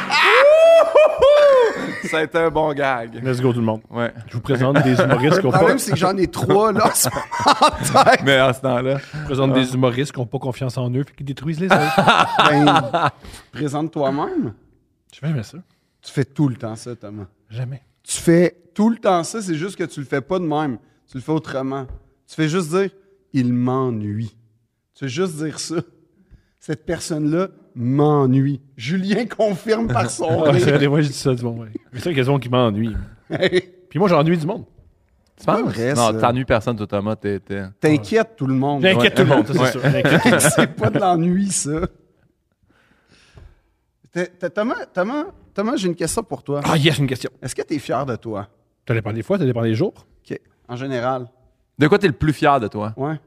Ça a été un bon gag. Let's go tout le monde. Ouais. Je vous présente des humoristes qui Le n'ont pas, problème, c'est que j'en ai trois là en ce moment en tête. Mais à ce temps-là. je vous présente des humoristes qui n'ont pas confiance en eux et qui détruisent les autres. Ben, présente toi-même. Je fais jamais ça. Tu fais tout le temps ça, Thomas. Jamais. Tu fais tout le temps ça, c'est juste que tu le fais pas de même. Tu le fais autrement. Tu fais juste dire « il m'ennuie ». Tu fais juste dire ça. Cette personne-là m'ennuie. Julien confirme par son Ouais, c'est vrai, rire. des fois, je dis ça du monde. Ouais. Mais c'est vrai qu'il y a des gens qui m'ennuient. Puis moi, j'ennuie du monde. Tu penses? vrai, non, ça. t'ennuies personne, toi, Thomas. T'es, t'es... T'inquiètes tout le monde. J'inquiète tout le monde, ça, c'est Ouais. sûr. J'inquiète. C'est pas de l'ennui, ça. T'as- t'as- Thomas, Thomas, Thomas, j'ai une question pour toi. Ah, yes, une question. Est-ce que tu es fier de toi? Ça dépend des fois, ça dépend des jours. OK. En général. De quoi t'es le plus fier de toi? Ouais.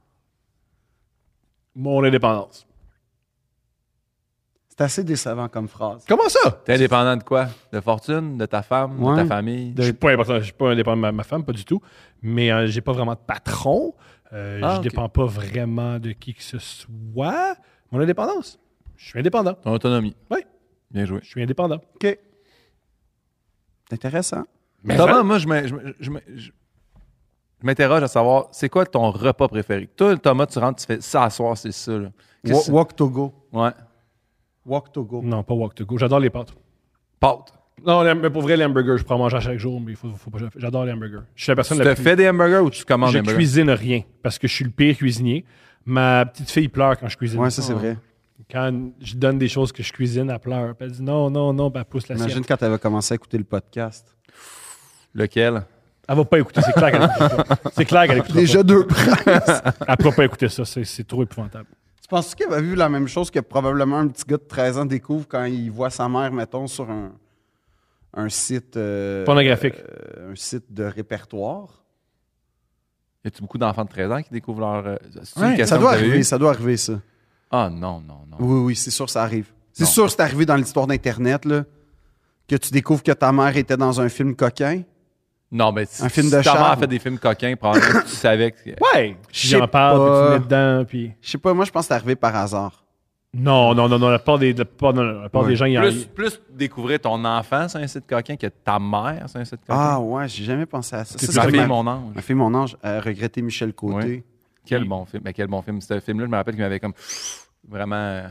Mon indépendance. C'est assez décevant comme phrase. Comment ça? T'es indépendant de quoi? De fortune? De ta femme? Ouais. De ta famille? Je suis pas important, je suis pas indépendant de ma, ma femme, pas du tout. Mais euh, j'ai pas vraiment de patron. Euh, Ah, je ok. dépends pas vraiment de qui que ce soit. Mon indépendance. Je suis indépendant. Ton autonomie. Oui. Bien joué. Je suis indépendant. OK. C'est intéressant. Mais Thomas, ça- moi, je me- je me- je me- je- je m'interroge à savoir, c'est quoi ton repas préféré? Toi, Thomas, tu rentres, tu fais ça à soir, c'est ça. Là. Qu'est-ce- Wa- Walk to go. Ouais. Walk to go. Non, pas walk to go. J'adore les pâtes. Pâtes. Non, les- mais pour vrai, les hamburgers, je pourrais en manger à chaque jour, mais il faut, faut pas. J'adore les hamburgers. Je suis la personne Tu la te plus. fais des hamburgers ou tu commandes Je des hamburgers? cuisine rien parce que je suis le pire cuisinier. Ma petite fille pleure quand je cuisine. Ouais, ça, c'est vrai. Quand je donne des choses que je cuisine, elle pleure. Puis elle dit non, non, non, puis elle pousse la Imagine sienne. quand elle va commencer à écouter le podcast. Lequel? Elle va pas écouter, c'est clair qu'elle écoute pas. C'est clair qu'elle écoute Déjà deux princes. pas. Elle pourra pas écouter ça, c'est, c'est trop épouvantable. Tu penses qu'elle va vivre la même chose que probablement un petit gars de treize ans découvre quand il voit sa mère, mettons, sur un, un site... euh, Pornographique. euh, un site de répertoire? Y a-tu beaucoup d'enfants de treize ans qui découvrent leur. euh, c'est une Ouais, question ça doit que t'avais arriver, eue? ça doit arriver, ça. Ah non, non, non. Oui, oui, c'est sûr, ça arrive. C'est Non. sûr, c'est arrivé dans l'histoire d'Internet, là, que tu découvres que ta mère était dans un film coquin. Non, mais si, Un film si de ta mère charme. a fait des films coquins, probablement que tu savais que. Ouais! Je J'en sais parle, puis tu pas. mets dedans, puis. Je sais pas, moi, je pense que c'est arrivé par hasard. Non, non, non, non, la plupart des, la plupart, non, la plupart Ouais. des gens, ils en- Plus, plus découvrir ton enfant sur un site coquin que ta mère sur un site coquin. Ah ouais, j'ai jamais pensé à ça. C'est Ça, plus Ma c'est fille, ma, mon ange. ma fille, mon ange, a regretté Michel Côté. Ouais. Quel Oui. bon film. Ben, quel bon film. Ce film-là, je me rappelle qu'il m'avait comme vraiment euh,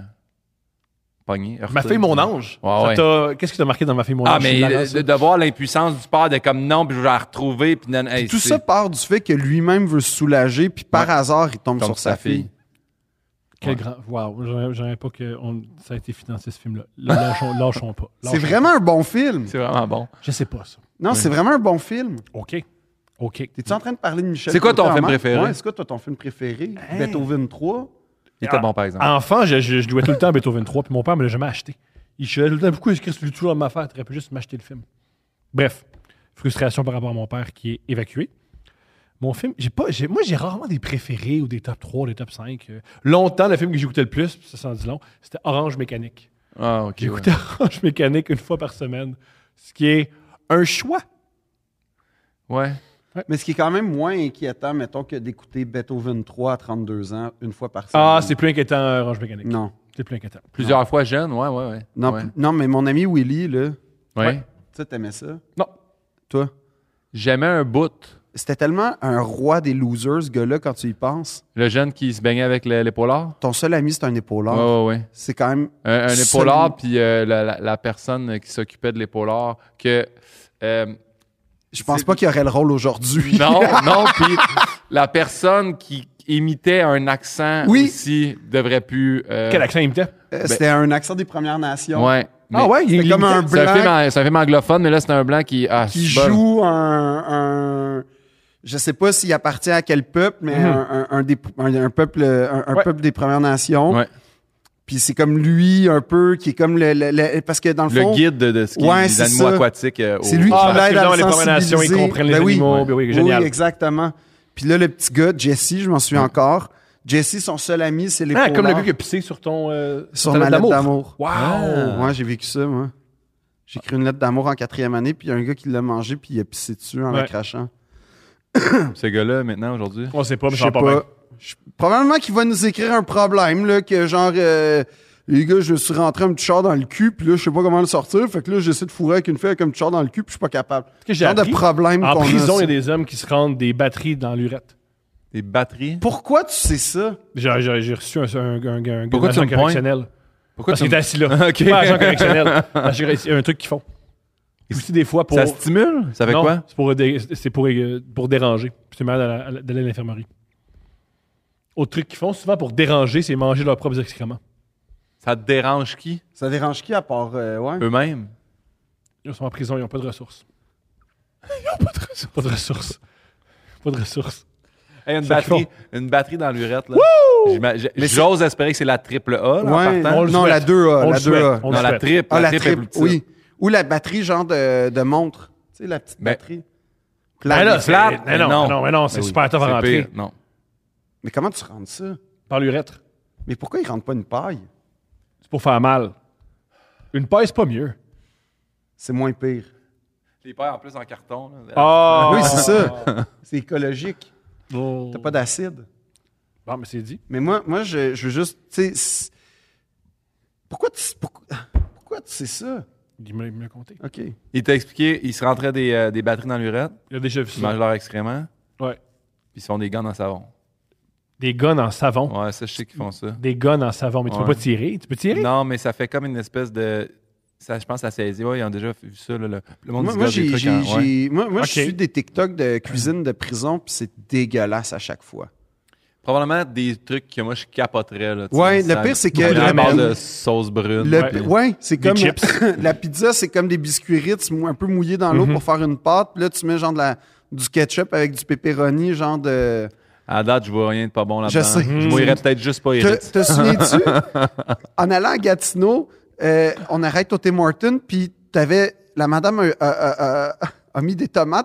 pogné. Ma heurté. fille, mon ange. Ouais, Ça ouais. t'a- Qu'est-ce qui t'a marqué dans ma fille, mon Ah, ange? mais C'est marrant, de, ça. de voir l'impuissance du père de comme non, puis je vais la retrouver. Puis non, hey, Tout c'est- ça part du fait que lui-même veut se soulager, puis par Ouais. hasard, il tombe comme sur sa fille. Quel Ouais. grand. Waouh, j'aurais- j'aurais pas que on- ça a été financé, ce film-là. Là, Lâchons, lâchons pas. C'est Lâchons vraiment un bon film. C'est vraiment bon. pas. Je sais pas ça. Non, c'est vraiment un bon film. OK. OK. T'es-tu en train de parler de Michel C'est quoi Côté ton en film main? préféré? Ouais, c'est quoi toi, ton film préféré? Hein? Beethoven trois? Il était Ah, bon, par exemple. Enfant, je, je, je jouais tout le temps à Beethoven trois, puis mon père me l'a jamais acheté. Il jouait tout le temps beaucoup écrit sur lui toujours dans ma affaire. Tu aurais pu juste m'acheter le film. Bref, frustration par rapport à mon père qui est évacué. Mon film, j'ai pas, j'ai, moi, j'ai rarement des préférés ou des top trois, des top cinq. Euh, longtemps, le film que j'écoutais le plus, puis ça s'en dit long, c'était Orange Mécanique. Ah, ok. J'écoutais Orange Mécanique une fois par semaine, ce qui est un choix. Ouais. Mais ce qui est quand même moins inquiétant, mettons, que d'écouter Beethoven trois à trente-deux ans une fois par semaine. Ah, c'est plus inquiétant, Orange Mécanique. Non. C'est plus inquiétant. Plusieurs fois jeune, ouais, ouais, ouais. Non, ouais. p- non, mais mon ami Willy, là, Ouais. Ouais. tu t'aimais ça? Non. Toi? J'aimais un bout. C'était tellement un roi des losers, ce gars-là, quand tu y penses. Le jeune qui se baignait avec le- l'épaulard. Ton seul ami, c'est un épaulard. Ouais, ouais, ouais. C'est quand même... Un, un Celui- épaulard, puis euh, la, la- la personne qui s'occupait de l'épaulard, que... euh, Je pense c'est- pas qu'il aurait le rôle aujourd'hui. non, non, puis la personne qui imitait un accent Oui. aussi devrait plus... euh, Quel accent il imitait? Euh, C'était un accent des Premières Nations. Ouais. Ah mais ouais, il, C'était il comme imitait- un C'est un, film, blanc en- c'est un film anglophone, mais là, c'est un blanc qui... Ah, qui c'est bon. joue un, un... Je sais pas s'il appartient à quel peuple, mais Mhm. un, un- un des, un, un peuple, un, un Ouais. peuple des Premières Nations. Ouais. Puis c'est comme lui, un peu, qui est comme le... le- le- parce que dans le, Le fond... guide de, de ce qui Ouais, des c'est animaux ça. aquatiques. euh, C'est au- lui qui Ah, parce l'aide que à dans le les Premières Nations, ils sensibiliser. comprennent les Ben oui. animaux. Ben oui, génial. Oui, exactement. Puis là, le petit gars, Jesse, je m'en souviens encore. Jesse, son seul ami, c'est les Ah, comme le polars. gars qui a pissé sur ton. euh, Sur ta ma lettre lettre d'amour. Wow! Ah. Ouais, j'ai vécu ça, moi. J'ai écrit une lettre d'amour en quatrième année, puis il y a un gars qui l'a mangé, puis il a pissé dessus en la Ouais. crachant. Ce gars-là, maintenant, aujourd'hui. On sait pas, mais Je ça sais va pas bien. pas. Je- Probablement qu'il va nous écrire un problème, là, que genre, euh, les gars, je suis rentré un petit char dans le cul, puis là, je sais pas comment le sortir, fait que là, j'essaie de fourrer avec une fille avec un petit char dans le cul, puis je suis pas capable. que j'ai Genre de appris? problème En qu'on a, prison, il y ça. a des hommes qui se rendent des batteries dans l'urette. Des batteries. Pourquoi tu sais ça? J'ai j'ai- j'ai reçu un, un, un, un, un Pourquoi agent tu me pointes? correctionnel. Pourquoi Parce tu qu'il me- était assis là. Ok. Pas agent correctionnel. Parce que Il y a un truc qu'ils font. Et aussi des fois pour... Ça stimule? Ça fait non, quoi? c'est pour, dé- c'est pour, euh, pour déranger. Puis c'est malade à la- à la- d'aller à l'infirmerie. Autre truc qu'ils font souvent pour déranger, c'est manger leurs propres excréments. Ça te dérange qui? Ça dérange qui à part, euh, ouais? Eux-mêmes? Ils sont en prison, ils n'ont pas de ressources. Ils n'ont pas de ressources. Pas de ressources. Pas de ressources. Hey, une, C'est ça qu'ils batterie, une batterie dans l'urette, là. J'ima- j- Mais J'ose espérer que c'est la triple A, là, en Ouais, partant. On le non, souhaite. la deux A, On la le deux A. souhaite. On le Non, la souhaite. triple. Ah, la triple triple, plus petite. oui. Ou la batterie genre de, de montre. Tu sais, la petite Ben, batterie. Mais Plate. là, flat, c'est- mais non, non. mais non, mais non, c'est Ben oui, super tough à c'est rentrer. pire, Non. Mais comment tu rentres ça? Par l'urètre. Mais pourquoi ils rentrent pas une paille? C'est pour faire mal. Une paille, c'est pas mieux. C'est moins pire. Les paires en plus en carton. Là. Ah! Oui, c'est ça. C'est écologique. Oh. T'as pas d'acide. Bon, mais c'est dit. Mais moi, moi je, je veux juste, tu sais, c'est- pourquoi tu, pourquoi, pourquoi tu sais ça? Il me il me l'a compté. OK. Il t'a expliqué, il se rentrait des, euh, des batteries dans l'urette, Il a déjà vu ils ça. mangent leur excrément, Ouais. puis ils se font des gants en savon. Des guns en savon. Ouais, ça, je sais qu'ils font ça. Des guns en savon. Mais tu Ouais. peux pas tirer. Tu peux tirer? Non, mais ça fait comme une espèce de... Ça, je pense que ça saisit. Ouais, ils ont déjà vu ça. Là, le, le monde Moi, se moi, gosse des j'ai, trucs j'ai, en- ouais. j'ai- moi, moi OK. je suis des TikTok de cuisine de prison, puis c'est dégueulasse à chaque fois. Probablement des trucs que moi, je capoterais. Là, tu Ouais, sais, le ça- pire, c'est que beaucoup de la- ramen de sauce brune. Le, Ouais. ouais, c'est Des comme chips. la pizza, c'est comme des biscuits Ritz mou- un peu mouillés dans l'eau Mhm. pour faire une pâte. Puis là, tu mets genre de la, du ketchup avec du pepperoni, genre de. À date, je vois rien de pas bon là-dedans. Je sais. Je mourrais peut-être juste pas Te, Eritz. te souviens-tu? En allant à Gatineau, euh, on arrête au Tim Hortons, puis t'avais la madame a, a- a- a- a mis des tomates.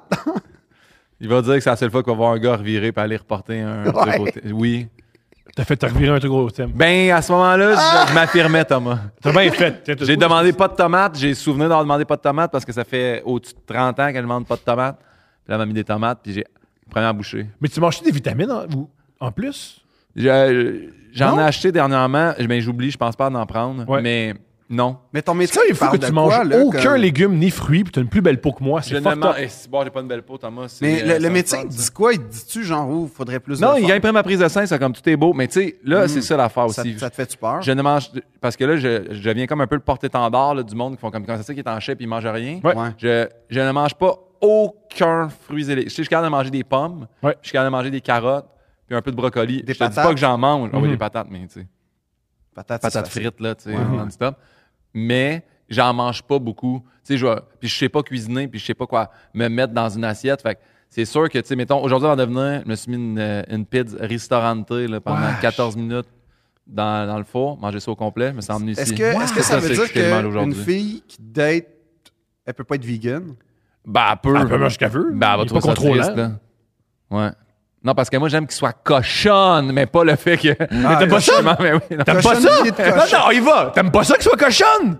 Il va dire que c'est la seule fois qu'il va voir un gars revirer et aller reporter un Ouais. truc au thé- Oui. T'as fait te revirer un truc au thème. Ben, à ce moment-là, Ah! je, je m'affirmais, Thomas. T'as bien fait. T'as- t'as- J'ai demandé pas de tomates. J'ai souvenir d'avoir demandé pas de tomates parce que ça fait au-dessus de trente ans qu'elle demande pas de tomates. Puis là, elle m'a mis des tomates, puis j'ai première bouchée. Mais tu manges des vitamines en, ou- en plus? Je- J'en Non? ai acheté dernièrement, mais j'oublie, je pense pas d'en prendre. Ouais. Mais non. Mais ton médecin, Ça, il il faut parle que tu de manges quoi, là, aucun comme- légume ni fruit, puis t'as une plus belle peau que moi. Je C'est ne fucked mange. up. Eh, c'est bon, j'ai pas une belle peau, Thomas. c'est- Mais euh, le, c'est le un médecin, fun, il ça. dit quoi? Il te dit-tu, genre, oh, faudrait plus Non, de il force? gagne pas ma prise de sein, c'est comme tout est beau. Mais tu sais, là, c'est ça l'affaire Ça, aussi. ça te fait-tu peur? Je ne mange. Parce que là, je, je deviens comme un peu le porte-étendard là, du monde qui font comme quand c'est ça qui est en chef et ils mangent rien. Ouais. Ouais. Je, je ne mange pas aucun fruit et légumes. Je sais, je suis capable de manger des pommes, Ouais. je suis capable de manger des carottes, puis un peu de brocoli. Des je te dis patates. pas que j'en mange. On Mhm. des patates, mais tu sais. Patates, c'est Patates facile. frites, là, tu sais, Ouais, ouais. non-stop. Mais j'en mange pas beaucoup. Tu sais, je vais- puis je sais pas cuisiner, puis je sais pas quoi me mettre dans une assiette. Fait que c'est sûr que, tu sais, mettons, aujourd'hui, avant de venir, je me suis mis une, euh, une pizza restaurante là, pendant Wesh. quatorze minutes dans, dans le four, manger ça au complet. Je me suis emmené ici. Est-ce que, est-ce que C'est ça veut c'est dire que je fais mal qu'une aujourd'hui. fille qui date, elle peut pas être vegan? Ben, elle peut. Elle peut manger ce qu'elle veut. Ben, elle va Il est trouver pas ça contrôlant. triste, là. Ouais. Non, parce que moi, j'aime qu'il soit cochonne, mais pas le fait que. Ah, t'aimes pas ça? Cochonnement, mais oui, non. T'aimes pas ça? Cochonnerie de Non, cochon. non, il va. T'aimes pas ça qu'il soit cochonne?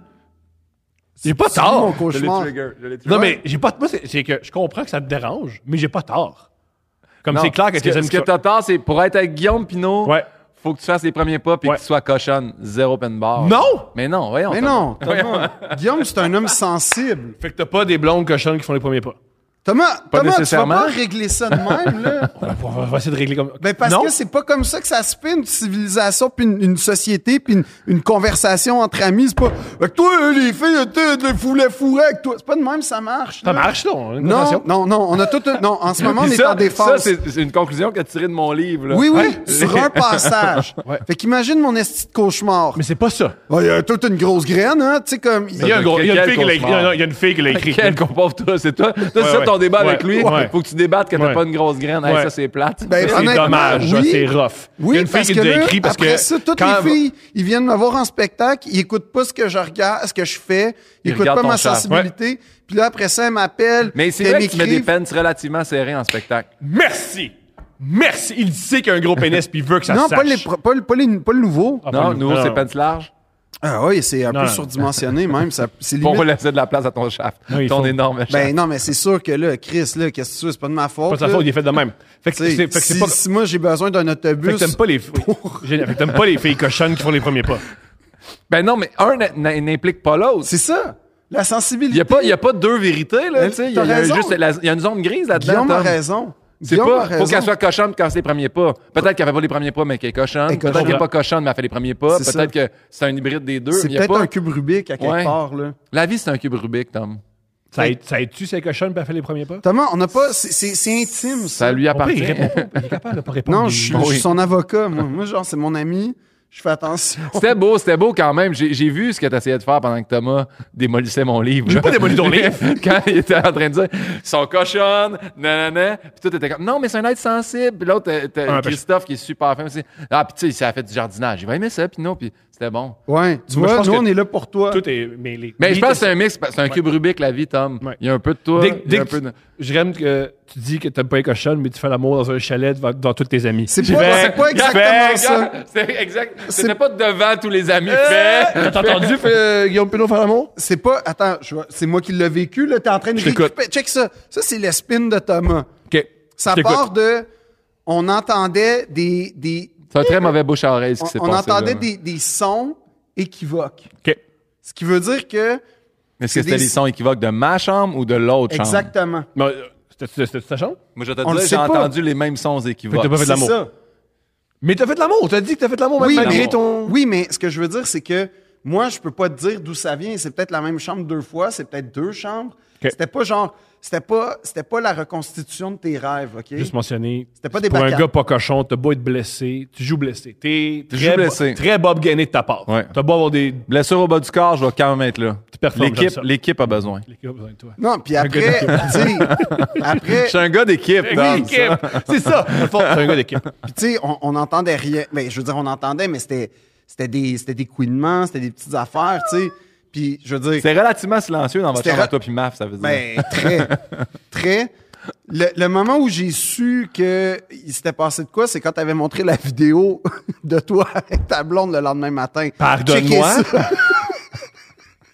J'ai pas C'est mon tort. Je l'ai cauchemar. trigger, je l'ai trigger. Non, mais j'ai pas. Moi, c'est c'est que je comprends que ça te dérange, mais j'ai pas tort. Comme Non, c'est clair que ce tes que, amis. ce que t'as tort, c'est pour être avec Guillaume Pinot, Ouais. faut que tu fasses les premiers pas puis Ouais. que tu sois cochonne. Zéro open bar. Non! Mais non, voyons. Mais Thomas. non, Thomas. Guillaume, c'est un homme sensible. Fait que t'as pas des blondes cochonnes qui font les premiers pas. Thomas, Pas Thomas, tu vas nécessairement. pas régler ça de même, là. On va, on va essayer de régler comme. Ben parce non? que c'est pas comme ça que ça se fait, une civilisation, puis une, une société, puis une, une conversation entre amis. C'est pas avec toi, euh, les filles, tu les foulais fourrés avec toi. C'est pas de même, ça marche. Ça là. marche, là. on a une Non, conversation. non, non, on a tout. un- Non, en ce moment, on Puis est ça, en défense. Ça, c'est c'est une conclusion que tu as tirée de mon livre. Là. Oui, oui, Ouais. sur un passage. Ouais. Fait qu'imagine mon esti de cauchemar. Mais c'est pas ça. Oh, il y a toute une grosse graine, hein, tu sais, comme... Il y a, un doit gros- il y a une quel fille qui l'a écrit. cauchemar? Non, non, il y a une fille qui l'a écrit. Quel comporte toi, c'est toi. Toi, Ouais, c'est ça ouais. ton débat avec Ouais, lui. ouais. Faut que tu débattes que t'as Ouais. pas une grosse graine. Hey, Ouais. ça, c'est plate. Ben, C'est honnêtement, dommage, oui. c'est rough. il y Oui, a une fille parce qui que nous a là, écrit parce après que. ça, toutes quand- les filles, ils viennent me voir en spectacle, ils écoutent pas ce que je regarde, ce que je fais, ils Ils écoutent regardent pas ton ma chat. sensibilité. Puis là, après ça, elles m'appellent. Mais c'est puis vrai elles que tu mets des m'écrivent. pens relativement serrées en spectacle. Merci! Merci! Il sait qu'il y a un gros pénis puis il veut que ça Non, se sache. pas, les, pro- pas, le- pas, les, pas le nouveau. Ah, pas Non, le- nous, non, c'est non. pens large. Ah oui, c'est un Non, peu non. surdimensionné même. Ça, c'est Pour limite. laisser de la place à ton shaft. Non, il ton faut- énorme shaft. Ben non, mais c'est sûr que là, Chris, là, qu'est-ce que tu veux, c'est pas de ma faute. Pas de sa là. faute, il est fait de même. Fait que Tu sais, c'est fait que c'est si, pas. si moi j'ai besoin d'un Fait autobus. que t'aimes pas les. Génial. Fait que t'aimes pas les filles cochonnes qui font les premiers pas. Ben non, mais un n- n- n'implique pas l'autre. C'est ça. La Il sensibilité. n'y a, pas- il y a pas deux vérités, là. Mais tu sais. Il y, a- t'as il y a raison. juste la- il y a une zone grise là-dedans. Guillaume a Tom. raison. C'est Guillaume a pas. Faut raison. qu'elle soit cochonne quand c'est les premiers pas. Peut-être qu'elle fait pas les premiers pas, mais qu'elle est cochonne. Elle est Peut-être cochonne. qu'elle est pas cochonne, mais elle fait les premiers pas. C'est Peut-être que c'est un hybride des deux. C'est Il y a peut-être pas- un cube Rubik à quelque Ouais. part, là. La vie, c'est un cube Rubik, Tom. Ça aide- ça aide-tu si elle est cochonne puis elle fait les premiers pas? Thomas, on n'a pas. C'est, c'est, c'est intime, ça. Ça lui Au pire, appartient. il répond pas. Il est capable de pas répondre. Non, Il- je suis, Bon, je suis oui. son avocat, moi. Moi, genre, c'est mon ami. Je fais attention. C'était beau, c'était beau quand même. J'ai j'ai vu ce que tu essayais de faire pendant que Thomas démolissait mon livre. J'ai là. pas démoli ton livre. Quand il était en train de dire « Ils sont cochonnes, nanana », puis tout était comme « Non, mais c'est un être sensible ». Puis l'autre, t'as- t'as Ah, Christophe qui est super fin aussi. Ah, puis tu sais, il s'est fait du jardinage. J'ai aimé ça, puis non, puis c'était bon. Ouais, tu Moi, je vois, pense nous, que on est là pour toi. Tout est. Mais, les- Mais je les- pense que c'est un mix, c'est un cube Rubik, la vie, Tom. Ouais. Il y a un peu de toi, Dès, il y dès a un que peu tu- de... j'aime que tu dis que t'aimes pas les cochonnes, mais tu fais l'amour dans un chalet devant, devant tous tes amis. C'est Tu pas- fais- c'est pas exactement Fait, ça. gars, C'est exact. C'est- C'était pas devant tous les amis. Euh, Fait. T'as entendu euh, Guillaume Pinot faire l'amour? C'est pas. Attends, je vois- c'est moi qui l'ai vécu, là. T'es en train de Je t'écoute. récupérer. Check ça. Ça, c'est le spin de Thomas. OK. Ça Je t'écoute. part de. On entendait des. des C'est un très mauvais bouche à oreille, ce on qui s'est on passé. entendait là. des, des sons équivoques. OK. Ce qui veut dire que. Est-ce que c'est c'était des- les sons équivoques de ma chambre ou de l'autre chambre? Exactement. Mais, euh, C'était c'était ta chambre? Moi, je vais te On le dire, sait j'ai pas. entendu les mêmes sons Fait que équivoques. t'as pas fait de C'est l'amour. ça. Mais t'as fait de l'amour. T'as dit que t'as fait de l'amour Oui, malgré mais, ton. oui, mais ce que je veux dire, c'est que moi, je peux pas te dire d'où ça vient. C'est peut-être la même chambre deux fois, c'est peut-être deux chambres. OK. C'était pas genre, c'était pas, c'était pas la reconstitution de tes rêves, ok? Juste mentionner. C'était pas des Pour un bacanes. gars pas cochon, t'as beau être blessé, tu joues blessé. T'es Tu très, joues blessé. bo- très Bob Gainé de ta part. Ouais. T'as beau avoir des. Blessure au bas du corps, je vais quand même être là. Tu performes L'équipe, comme ça. l'équipe a besoin. L'équipe a besoin de toi. Non, puis gars après, tu sais, après, Je suis un gars d'équipe, Oui, Tom, équipe! ça. C'est ça! Dans le fond, c'est un gars d'équipe. puis tu sais, on, on entendait rien. Ben, je veux dire, on entendait, mais c'était, c'était des, c'était des couinements, c'était des petites affaires, tu sais. Puis, je veux dire, C'est relativement silencieux dans votre C'était chambre à ra- toi puis Maf, ça veut dire. ben, très, très. Le, le moment où j'ai su que il s'était passé de quoi, c'est quand tu avais montré la vidéo de toi avec ta blonde le lendemain matin. Pardonne-moi. Checkez ça.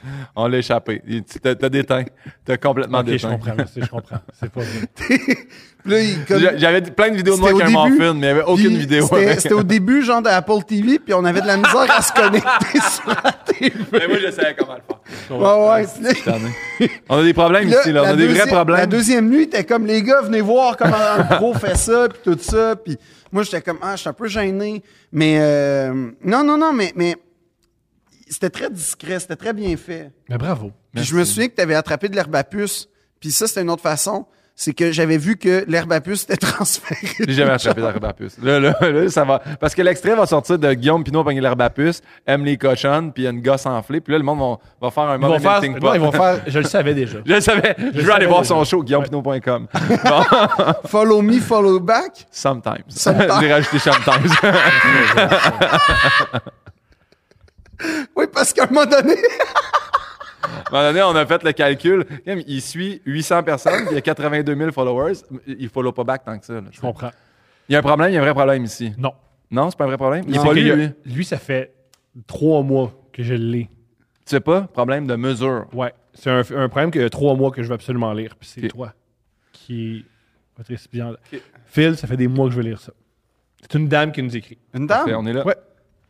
On l'a échappé. Il- tu- T'as t'as déteint. T'as complètement Ok, je déteint. comprends. merci, je comprends. C'est pas vrai. Puis là, il- comme- J'a- J'avais plein de vidéos de moi C'était avec au un début, morphine, mais il n'y avait aucune puis vidéo. C'était, avec- c'était au début, genre d'Apple T V, puis on avait de la misère à se connecter sur la T V. Mais moi, je savais comment le faire. Ouais, ouais. Cette année. On a des problèmes Puis là, ici, là. On la a des vrais deuxième- La problèmes. deuxième nuit, t'es comme, les gars, venez voir comment un pro fait ça, puis tout ça. Puis moi, j'étais comme, ah, je suis un peu gêné. Mais, euh, non, non, non, mais, mais c'était très discret, c'était très bien fait. Mais bravo. Puis je me souviens que t'avais attrapé de l'herbe à puce. Puis ça, c'était une autre façon. C'est que j'avais vu que l'herbe à puce était transférée. J'ai jamais attrapé l'herbe à puce. Là, là, là, ça va. Parce que l'extrait va sortir de Guillaume Pinot pogner l'herbe à puce, aime les cochonnes, puis il y a une gosse enflée, puis là, le monde va, va faire un Ils vont mauvais faire. melting Non, pot. ils vont faire. Je le savais déjà. Je le savais. Je, veux savais aller voir déjà. son show, guillaume pinot point com. Bon, Follow me, follow back. sometimes. Sometimes. J'ai rajouté sometimes. Oui, parce qu'à un moment donné, À un moment donné, on a fait le calcul. Il suit huit cents personnes, puis il y a quatre-vingt-deux mille followers. Il follow pas back tant que ça. Là, Je comprends. il y a un problème, il y a un vrai problème ici. Non. Non, c'est pas un vrai problème? Il est C'est pas que lui, il y a- lui. lui, ça fait trois mois que je l'ai. Tu sais pas? Problème de mesure. Ouais. C'est un, un problème que trois mois que je veux absolument lire. Puis c'est Ok. toi qui est votre récipient. Phil, ça fait des mois que je veux lire ça. C'est une dame qui nous écrit. une Fait, dame. on est là. Ouais.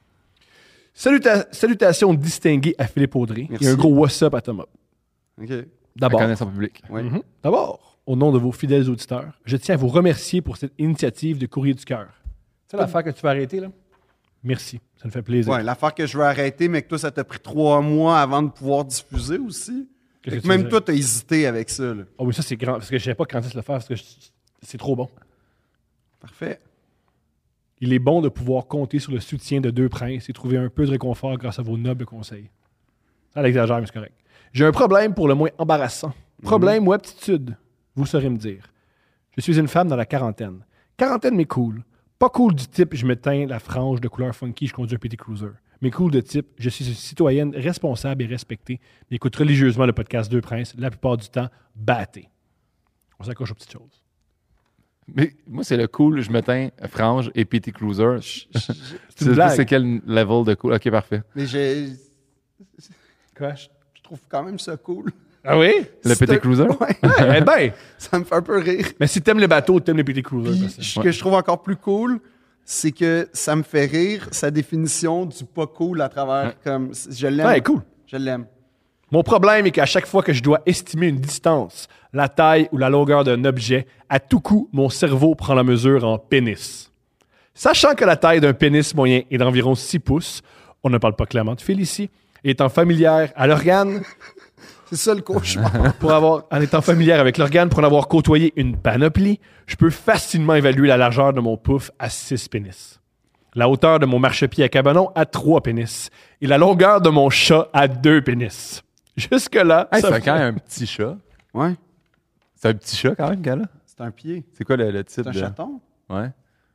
Saluta- salutations distinguées à Philippe Audrey. Merci. Et un gros what's up à Thomas. OK. La D'abord, connaissance publique. Ouais. Mhm. D'abord, au nom de vos fidèles auditeurs, je tiens à vous remercier pour cette initiative de Courrier du Cœur. C'est l'affaire que tu vas arrêter, là? Merci. Ça nous fait plaisir. Ouais, l'affaire que je veux arrêter, mais que toi, ça t'a pris trois mois avant de pouvoir diffuser aussi. Qu'est-ce Fait que que tu même veux toi, dire? t'as hésité avec ça. Là. Ah oui, ça, c'est grand. Parce que je ne savais pas quand est-ce le faire, parce que je- c'est trop bon. Parfait. Il est bon de pouvoir compter sur le soutien de deux princes et trouver un peu de réconfort grâce à vos nobles conseils. Elle exagère, mais c'est correct. J'ai un problème pour le moins embarrassant. Problème ou aptitude, vous saurez me dire. Je suis une femme dans la quarantaine. Quarantaine, mais cool. Pas cool du type, je me teins la frange de couleur funky, je conduis un petit cruiser. Mais cool de type, je suis une citoyenne responsable et respectée, mais écoute religieusement le podcast Deux Princes, la plupart du temps, battée. On s'accroche aux petites choses. Mais moi, c'est le cool, je me teins frange et P T Cruiser. Je- je- C'est tu une sais pas blague. c'est quel level de cool. OK, parfait. Mais j'ai. Quoi? Je je trouve quand même ça cool. Ah oui? Le C'est P T un- Cruiser? Ouais. Eh ben! Ça me fait un peu rire. Mais si t'aimes les bateaux, t'aimes les petits cruisers. Puis, parce que- ce que je trouve encore plus cool, c'est que ça me fait rire sa définition du pas cool à travers. Comme, je l'aime. Ouais, cool. Je l'aime. Mon problème est qu'à chaque fois que je dois estimer une distance, la taille ou la longueur d'un objet, à tout coup, mon cerveau prend la mesure en pénis. Sachant que la taille d'un pénis moyen est d'environ six pouces, on ne parle pas clairement de Phil ici, et étant familière à l'organe, C'est ça le cauchemar. pour avoir, en étant familière avec l'organe, pour en avoir côtoyé une panoplie, je peux facilement évaluer la largeur de mon pouf à six pénis. La hauteur de mon marchepied à cabanon à trois pénis. Et la longueur de mon chat à deux pénis. Jusque-là, Hey, ça c'est fait- quand même un petit chat. Ouais. C'est un petit chat quand même, gars-là. C'est un pied. C'est quoi le, le titre C'est un de... chaton. Ouais.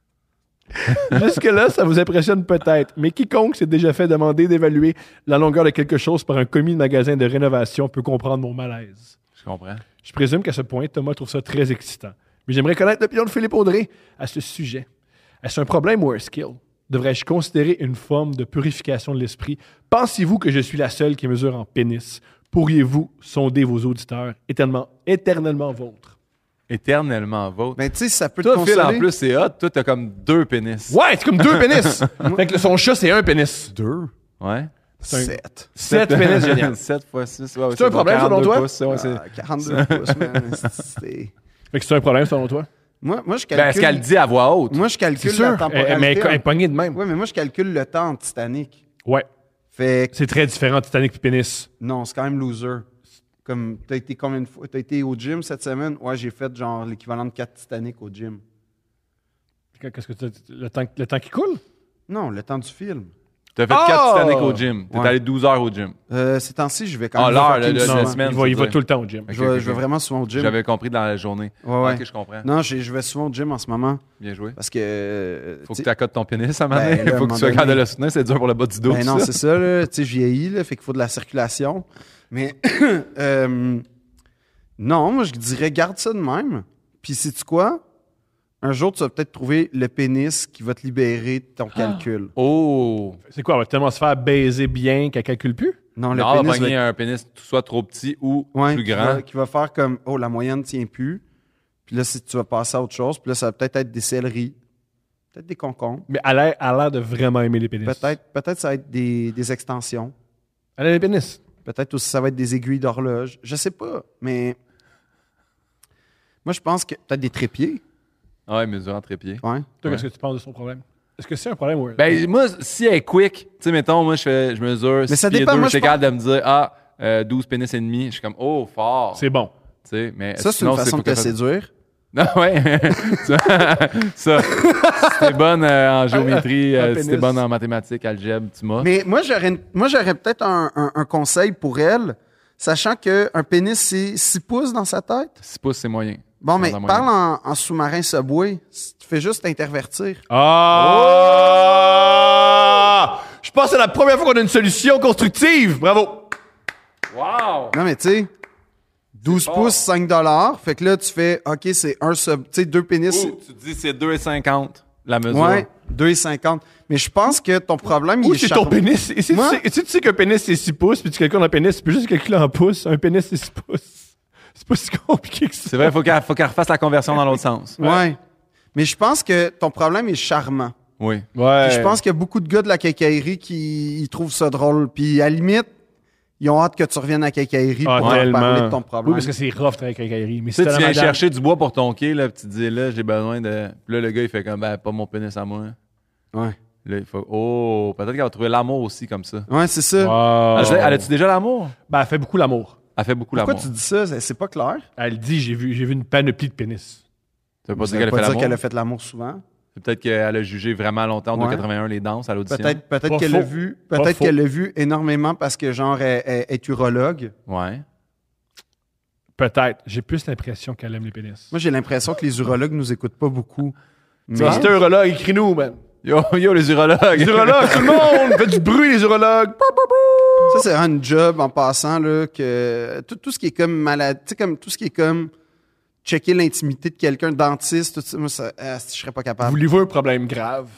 Jusque-là, ça vous impressionne peut-être, mais quiconque s'est déjà fait demander d'évaluer la longueur de quelque chose par un commis de magasin de rénovation peut comprendre mon malaise. Je comprends. Je présume qu'à ce point, Thomas trouve ça très excitant. Mais j'aimerais connaître l'opinion de Philippe Audrey à ce sujet. Est-ce un problème ou un skill? Devrais-je considérer une forme de purification de l'esprit? Pensez-vous que je suis la seule qui mesure en pénis? Pourriez-vous sonder vos auditeurs éternellement, éternellement vôtres? Éternellement vôtre. Ben, tu sais, ça peut te Toi, Phil, consoler. en plus, c'est hot. Toi, t'as comme deux pénis. Ouais, c'est comme deux pénis! Fait que son chat, c'est un pénis. Deux. Ouais. C'est un- Sept. Sept pénis, génial. sept fois six. Ouais, C'est un problème, selon toi? Pouces, ouais, c'est- Ah, quarante-deux pouces, man. C'est- Fait que c'est un problème selon toi? Moi, moi, je Ben, calcule. est-ce qu'elle le dit à voix haute? Moi, je C'est calcule sûr, la elle- temporalité. mais elle elle est pognée de même. Oui, mais moi, je calcule le temps en Titanic. Ouais. Fait que, C'est très différent, Titanic et pénis. non, c'est quand même loser. Comme, t'as été combien de fois? T'as été au gym cette semaine? Ouais, j'ai fait genre l'équivalent de quatre Titanic au gym. Qu'est-ce que tu le temps, le temps qui coule? Non, le temps du film. T'as fait Oh! quatre Titanic au gym. T'es Ouais. allé douze heures au gym. Euh, ces temps-ci, je vais quand Ah, même. l'heure, fucking le- le- souvent. la semaine. Il va, il tu va veux dire. tout le temps au gym. Ok, Je vais, ok, je vais ok. vraiment souvent au gym. J'avais compris dans la journée. Ouais, ouais. Ok, je comprends. Non, j'ai- je vais souvent au gym en ce moment Bien joué. parce que. euh, Faut tu que sais- tu accotes ton pénis à un moment Ben, donné. là, à un Faut que moment tu sois donné- capable de le soutenir. C'est dur pour le bas du dos. Ben tout non, ça. c'est ça, là. Tu sais, je vieillis, là, fait qu'il faut de la circulation. Mais, euh, non, moi, je dirais, garde ça de même. Puis, sais-tu quoi? Un jour, tu vas peut-être trouver le pénis qui va te libérer de ton calcul. Oh! C'est quoi, elle va tellement se faire baiser bien qu'elle calcule plus? Non, le Non, on va pénis pogner va- un pénis soit trop petit ou ouais, plus qui grand. va, qui va faire comme, oh, la moyenne ne tient plus. Puis là, si tu vas passer à autre chose, puis là, ça va peut-être être des céleris, peut-être des concombres, Mais elle a l'air- elle a l'air de vraiment aimer les pénis. peut-être, peut-être ça va être des, des extensions. Elle a les pénis. Peut-être aussi ça va être des aiguilles d'horloge. Je sais pas, mais moi, je pense que peut-être des trépieds. Ah ouais, mesurant trépied. Ouais. Toi, Ouais. qu'est-ce que tu penses de son problème? Est-ce que c'est un problème ou... Ben, moi, si elle est quick, tu sais, mettons, moi, je, fais, je mesure. Mais ça six pieds dépend, deux, moi, je suis je capable de me dire, ah, euh, douze pénis et demi. Je suis comme, oh, fort. c'est bon. Tu sais, mais Ça, c'est sinon, une façon faut de te que ça- séduire. Non, ouais. ça, ça, si t'es bonne euh, en géométrie, Un- un euh, si t'es pénis. bonne en mathématiques, algèbre, tu m'as. Mais moi, j'aurais, une- moi, j'aurais peut-être un, un- un conseil pour elle, sachant qu'un pénis, c'est six pouces dans sa tête. six pouces, c'est moyen. Bon, Dans mais la moyenne. parle en, en sous-marin Subway. Tu fais juste t'intervertir. Ah! Je pense que c'est la première fois qu'on a une solution constructive. Bravo. Wow! Non, mais tu sais, douze fort. pouces, cinq dollars. Fait que là, tu fais, OK, c'est un sub, tu sais, deux pénis. Ou tu dis c'est deux virgule cinquante la c'est- mesure. Ouais, deux virgule cinquante. Mais je pense que ton problème, il Où est c'est ton charmant. pénis? Et si, Moi- tu sais, et si tu sais qu'un pénis c'est six pouces, puis tu calcules un pénis, tu peux juste calculer en pouces, un pénis c'est six pouces. C'est pas si compliqué que ça. C'est vrai, il faut qu'elle faut qu'elle refasse la conversion dans l'autre sens. Ouais. Mais je pense que ton problème est charmant. Oui. Ouais. Puis je pense qu'il y a beaucoup de gars de la quincaillerie qui ils trouvent ça drôle. Puis à la limite, ils ont hâte que tu reviennes à la quincaillerie Ah, pour leur tellement. parler de ton problème. Oui, parce que c'est rough, travailler avec la caillerie. Mais Tu sais, si tu t'as viens la madame- chercher du bois pour ton quai, là, puis tu te dis, là, j'ai besoin de. Puis là, le gars, il fait comme, ben, pas mon pénis à moi. Ouais. Là, il faut, oh, peut-être qu'elle va trouver l'amour aussi comme ça. Ouais, c'est ça. Wow. Elle, elle a-tu déjà l'amour? Ben, elle fait beaucoup l'amour. Elle fait beaucoup Pourquoi l'amour. tu dis ça? C'est- C'est pas clair. Elle dit, j'ai vu, j'ai vu une panoplie de pénis. Ça veut pas Ça dire veut qu'elle a pas fait dire l'amour? qu'elle a fait l'amour souvent. C'est peut-être qu'elle a jugé vraiment longtemps en Ouais. deux quatre-vingt-un les danses à l'audition. Peut-être peut-être Pas qu'elle faux. l'a vu. Pas Peut-être faux. qu'elle l'a vu énormément parce que genre elle, elle- elle est urologue. Ouais. Peut-être. J'ai plus l'impression qu'elle aime les pénis. Moi, j'ai l'impression que les urologues nous écoutent pas beaucoup. Mais Si t'es urologue, écris-nous, man. Yo, yo, les urologues! Les urologues, tout le monde! Faites du bruit, les urologues! ça, c'est un job en passant là que tout, tout ce qui est comme malade, tu sais comme tout ce qui est comme checker l'intimité de quelqu'un, dentiste, tout ça, moi, ça, ah, je serais pas capable. Voulez-vous un problème grave?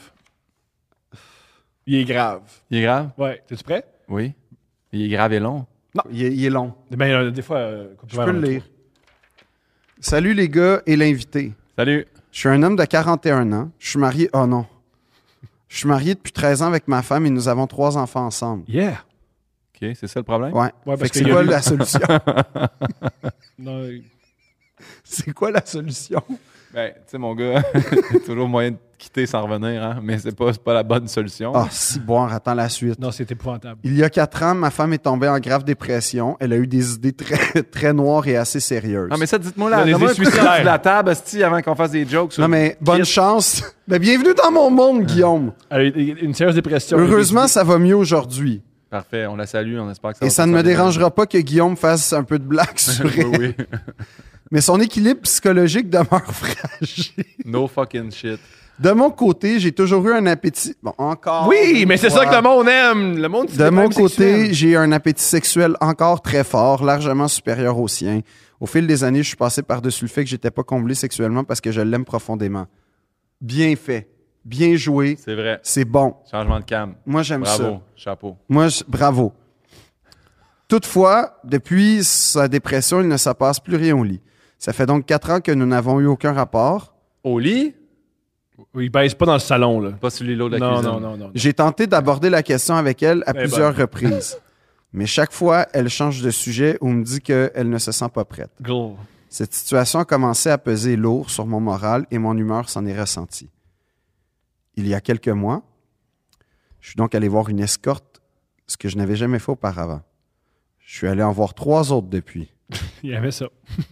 Il est grave. Il est grave? Ouais. T'es-tu prêt? Oui. Il est grave et long. Il, est, il est long. Ben, euh, des fois... euh, Je peux le lire. Salut les gars et l'invité. Salut. Je suis un homme de quarante et un ans. Je suis marié. Oh non. Je suis marié depuis treize ans avec ma femme et nous avons trois enfants ensemble. Yeah. OK, c'est ça le problème? Ouais. Ouais, Fait parce que c'est qu'il y a quoi eu- la solution? Non, euh, C'est quoi la solution? Ben, tu sais, mon gars, toujours moyen de quitter sans revenir, hein? Mais c'est pas, c'est pas la bonne solution. Ah, si boire, attends la suite. non, c'est épouvantable. Il y a quatre ans, ma femme est tombée en grave dépression. Elle a eu des idées très, très noires et assez sérieuses. Non, mais ça, dites-moi Il y a là, des donne-moi un coup de suicidaires. sur la table, asti, avant qu'on fasse des jokes. sur- Non, mais bonne Quitte. chance. Ben, bienvenue dans mon monde, Guillaume. Elle a eu une sérieuse dépression. Heureusement, ça va mieux aujourd'hui. Parfait, on la salue, on espère que ça Et va ça se ne me passer bien. dérangera pas que Guillaume fasse un peu de blagues sur Oui, elle. oui. Mais son équilibre psychologique demeure fragile. No fucking shit. De mon côté, j'ai toujours eu un appétit. Bon, encore. Oui, mais c'est ça Ouais. que le monde aime. Le monde, c'est De des mon problèmes côté, sexuels. j'ai un appétit sexuel encore très fort, largement supérieur au sien. Au fil des années, je suis passé par-dessus le fait que j'étais pas comblé sexuellement parce que je l'aime profondément. Bien fait. Bien joué. C'est vrai. C'est bon. Changement de cam. Moi, j'aime ça. Bravo. Chapeau. Moi, je- bravo. Toutefois, depuis sa dépression, il ne se passe plus rien au lit. Ça fait donc quatre ans que nous n'avons eu aucun rapport. Au lit? Il baisse pas dans le salon, là. Pas sur l'îlot de la Non, cuisine. non, non, non. J'ai tenté d'aborder la question avec elle à Eh plusieurs ben. reprises. Mais chaque fois, elle change de sujet ou me dit qu'elle ne se sent pas prête. Gros. Cette situation a commencé à peser lourd sur mon moral et mon humeur s'en est ressentie. Il y a quelques mois, je suis donc allé voir une escorte, ce que je n'avais jamais fait auparavant. Je suis allé en voir trois autres depuis. Il y avait ça.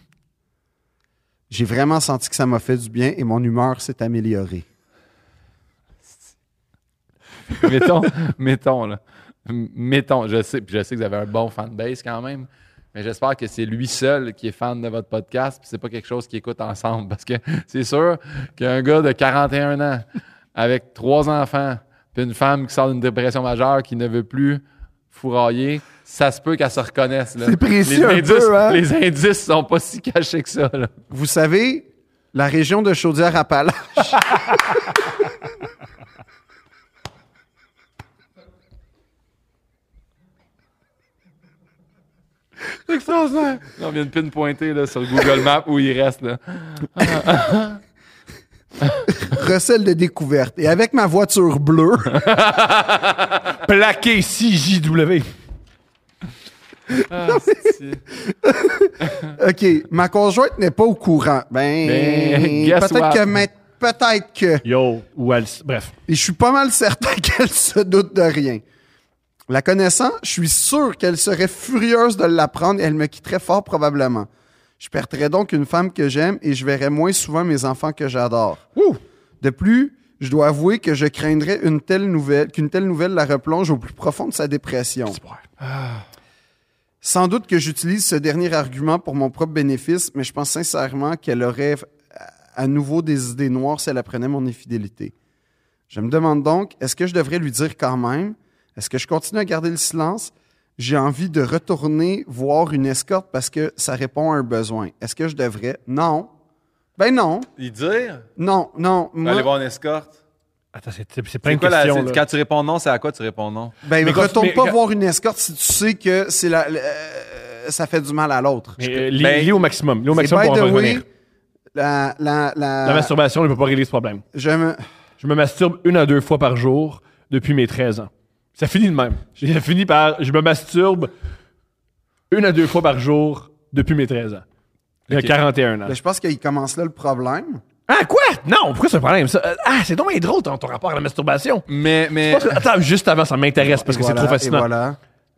J'ai vraiment senti que ça m'a fait du bien et mon humeur s'est améliorée. mettons, mettons, là. M- Mettons, je sais, puis je sais que vous avez un bon fanbase quand même, mais j'espère que c'est lui seul qui est fan de votre podcast, puis c'est pas quelque chose qu'ils écoutent ensemble, parce que c'est sûr qu'un gars de quarante et un ans, avec trois enfants, puis une femme qui sort d'une dépression majeure, qui ne veut plus fourrailler, ça se peut qu'elle se reconnaisse. Là. C'est précis les un indices, peu, hein? Les indices sont pas si cachés que ça. Là. Vous savez, la région de Chaudière-Appalaches, C'est extraordinaire. On vient de pinpointer là, sur Google Maps où il reste. Là. Recel de découverte. Et avec ma voiture bleue... Plaqué C J W. Ah, c'est... OK, ma conjointe n'est pas au courant. Ben, Ben, guess peut-être what? que... mais- Peut-être que... Yo, ou elle... Bref. Et je suis pas mal certain qu'elle se doute de rien. La connaissant, je suis sûr qu'elle serait furieuse de l'apprendre et elle me quitterait fort probablement. Je perdrais donc une femme que j'aime et je verrais moins souvent mes enfants que j'adore. Ouh! De plus, je dois avouer que je craindrais une telle nouvelle, qu'une telle nouvelle la replonge au plus profond de sa dépression. Sans doute que j'utilise ce dernier argument pour mon propre bénéfice, mais je pense sincèrement qu'elle aurait à nouveau des idées noires si elle apprenait mon infidélité. Je me demande donc, est-ce que je devrais lui dire quand même? Est-ce que je continue à garder le silence? J'ai envie de retourner voir une escorte parce que ça répond à un besoin. Est-ce que je devrais? Non. Ben non. Y dire? Non, non. Moi, Aller voir une escorte? Attends, c'est, c'est plein C'est de quoi la, questions. c'est- là. quand tu réponds non, c'est à quoi tu réponds non? ben, Mais quand- retourne mais pas quand- voir une escorte si tu sais que c'est la, le- euh, ça fait du mal à l'autre. Mais, euh, li- Ben, lié au maximum. Lié au C'est maximum by pour en the way, revenir. la, la, la, La masturbation ne peut pas régler ce problème. je me... Je me masturbe une à deux fois par jour depuis mes treize ans. Ça finit de même. J'ai fini par... Je me masturbe une à deux fois par jour depuis mes treize ans. Il y a Ok. quarante et un ans. Ben, je pense qu'il commence là le problème. Ah, quoi? Non, pourquoi c'est un problème, ça? Euh, Ah, c'est donc bien drôle, ton, ton rapport à la masturbation. Mais, mais... Je pense que- Attends, juste avant, ça m'intéresse parce Et que voilà, c'est trop fascinant. Et voilà.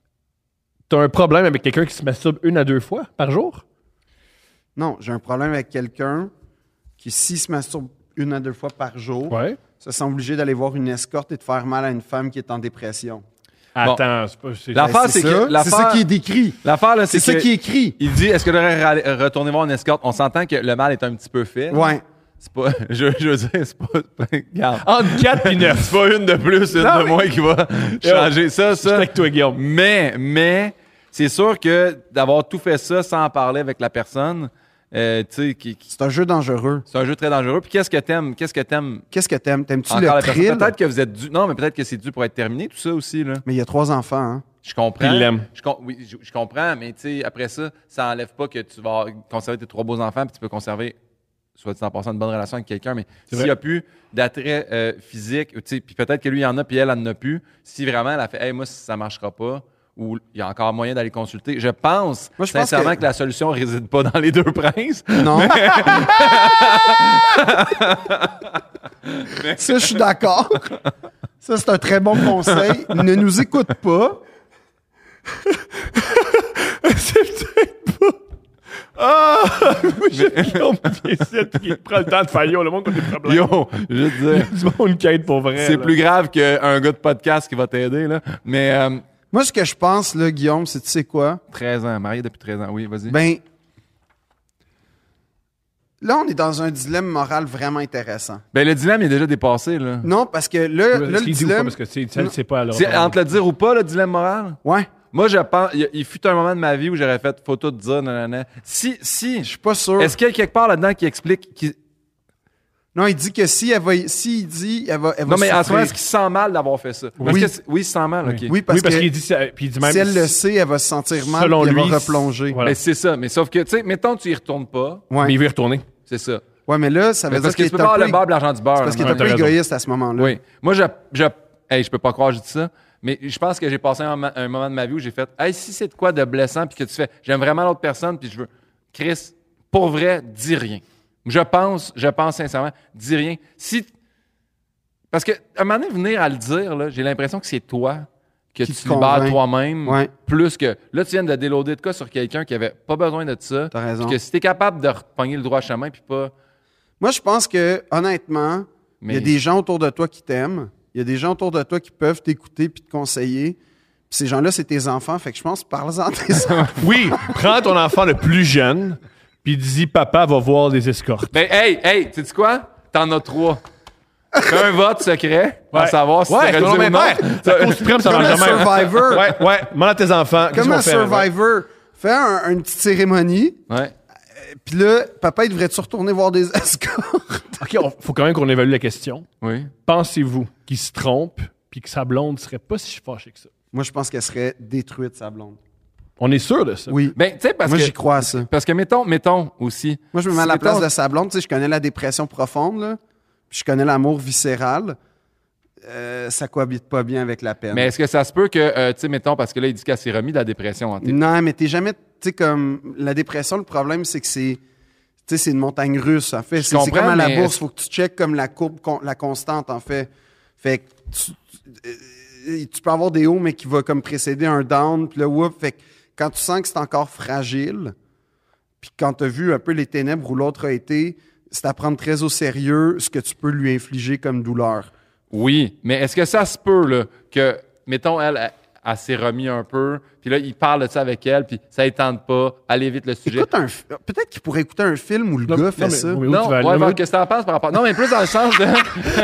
T'as un problème avec quelqu'un qui se masturbe une à deux fois par jour? Non, j'ai un problème avec quelqu'un qui, s'il se masturbe une à deux fois par jour, Ouais. se sent obligé d'aller voir une escorte et de faire mal à une femme qui est en dépression. Attends, c'est pas... c'est- L'affaire, Ben, c'est ça. que- C'est l'affaire- ça qui est décrit. L'affaire, là, C'est c'est ça que... qui est écrit. Il dit, est-ce que devrait râler- retourner voir une escorte? On s'entend que le mal est un petit peu fait. là. Ouais. C'est pas... Je, je veux dire, c'est pas... Regarde. Entre quatre et neuf. C'est pas une de plus, une Non, de mais- moins qui va changer ça, Je suis ça. avec toi, Guillaume. Mais, mais, c'est sûr que d'avoir tout fait ça sans en parler avec la personne, euh, tu sais, qui, qui- C'est un jeu dangereux. c'est un jeu très dangereux. Puis qu'est-ce que t'aimes? Qu'est-ce que t'aimes Qu'est-ce que t'aimes? T'aimes-tu encore le la personne? thrill? Peut-être que vous êtes dû. Non, mais peut-être que c'est dû pour être terminé, tout ça aussi, là. Mais il y a trois enfants, hein? Je comprends. Il l'aime. Je, com- oui, je, je comprends, mais tu sais, après ça, ça enlève pas que tu vas conserver tes trois beaux enfants, puis tu peux conserver, soit dit en passant, une bonne relation avec quelqu'un, mais C'est s'il n'y a vrai. plus d'attrait euh, physique, tu sais, puis peut-être que lui, il en a, puis elle, elle n'en a plus, si vraiment elle a fait, hey, moi, ça marchera pas, ou il y a encore moyen d'aller consulter, je pense, Moi, je pense sincèrement, que- que... la solution réside pas dans les deux princes. Non. Ça, je suis d'accord. Ça, c'est un très bon conseil. Ne nous écoute pas. C'est peut-être pas. Ah! Moi, j'ai Guillaume qui essaie, qui prend le temps de faire yo, le monde qui a des problèmes. Yo, je veux te Il y a dire, du monde qui aide pour vrai. c'est là. plus grave qu'un gars de podcast qui va t'aider, là. Mais euh, Moi, ce que je pense, là, Guillaume, c'est tu sais quoi? treize ans, marié depuis treize ans, oui, vas-y. Ben, là, on est dans un dilemme moral vraiment intéressant. Ben, le dilemme est déjà dépassé, là. Non, parce que là, là Est-ce le qu'il dit ou pas? dilemme... Parce que tu sais, c'est pas à leur C'est entre le dire ou pas, le dilemme moral? Ouais, Moi, je pense, il, il fut un moment de ma vie où j'aurais fait photo de dire, nanana. Si, si, je suis pas sûr. est-ce qu'il y a quelque part là-dedans qui explique, qui... Non, il dit que si elle va... Si il dit, elle va, elle va non, mais à ce souffrir. moment, est-ce qu'il se sent mal d'avoir fait ça? Oui. Est-ce que c'est- oui, il se sent mal, ok. Oui, parce, oui, parce que qu'il dit ça. Puis il dit même. si elle le sait, elle va se sentir mal Selon puis elle lui, va replonger. voilà. Mais c'est ça, mais sauf que, tu sais, mettons, tu y retournes pas, Ouais. Mais il veut y retourner. c'est ça. Ouais, mais là, ça veut Mais dire parce que qu'il tu est peux pas un avoir peu... le beurre, l'argent du beurre. C'est parce qu'il est là, un peu t'as raison. égoïste à ce moment-là. Oui. Moi, je, je, hey, je peux pas croire que je dis ça, mais je pense que j'ai passé un, moment- un moment de ma vie où j'ai fait, hey, si c'est de quoi de blessant, puis que tu fais, j'aime vraiment l'autre personne, puis je veux, Chris, pour vrai, dis rien. Je pense, je pense sincèrement, dis rien. Si, parce que, à un moment donné, venir à le dire, là, j'ai l'impression que c'est toi, que Qui tu te te libères convainc. toi-même, Ouais. plus que, là, tu viens de déloader de quoi sur quelqu'un qui avait pas besoin de ça. T'as raison. Puis que si t'es capable de repogner le droit chemin, puis pas, Moi, je pense que, honnêtement, il mais y a des gens autour de toi qui t'aiment. Il y a des gens autour de toi qui peuvent t'écouter puis te conseiller. Puis ces gens-là, c'est tes enfants. Fait que je pense, parle-en à tes enfants. Oui, prends ton enfant le plus jeune, puis dis papa va voir des escortes. Ben, hey, hey, tu sais quoi? T'en as trois. Fais un vote secret pour Ouais. savoir si Ouais, t'aurais non, dû mais ou non. ouais, la Cour suprême, ça Comme marche un jamais. Survivor. Ouais, ouais. Demande à tes enfants. qu'est-ce Comme qu'on un fait, ouais. Survivor. Fais un- une petite cérémonie. Ouais. Puis là, papa, il devrait-tu retourner voir des escortes? OK, il faut quand même qu'on évalue la question. Oui. Pensez-vous qu'il se trompe puis que sa blonde serait pas si fâchée que ça? Moi, je pense qu'elle serait détruite, sa blonde. On est sûr de ça. Oui. Ben, tu sais, parce Moi, que... j'y crois à ça. Parce que, mettons, mettons aussi... Moi, je me mets à la mettons- place de sa blonde. Tu sais, je connais la dépression profonde, là. Puis je connais l'amour viscéral. Euh, ça cohabite pas bien avec la peine. Mais est-ce que ça se peut que, euh, tu sais, mettons, parce que là, il dit qu'elle s'est remis de la dépression. Hein, t'es- Non, mais t'es jamais... Tu sais, comme... La dépression, le problème, c'est que c'est... Tu sais, c'est une montagne russe, en fait. Je C'est c'est comprends, comme à la mais bourse. est-ce- Faut que tu checkes comme la courbe, con- la constante, en fait. Fait que tu, euh, tu peux avoir des hauts, mais qui va comme précéder un down. Puis là, whoop. Fait que quand tu sens que c'est encore fragile, puis quand tu as vu un peu les ténèbres où l'autre a été, c'est à prendre très au sérieux ce que tu peux lui infliger comme douleur. Oui, mais est-ce que ça se peut, là, que, mettons, elle, elle, elle s'est remis un peu, puis là, il parle de ça avec elle, puis ça ne tente pas, elle évite le sujet. Écoute un fi- Peut-être qu'il pourrait écouter un film où le Non, gars non, fait mais- ça. mais où Non, tu vas aller? ouais, Non, ben, mais- qu'est-ce que t'en penses par rapport... Non, mais plus dans le sens de... Ouais,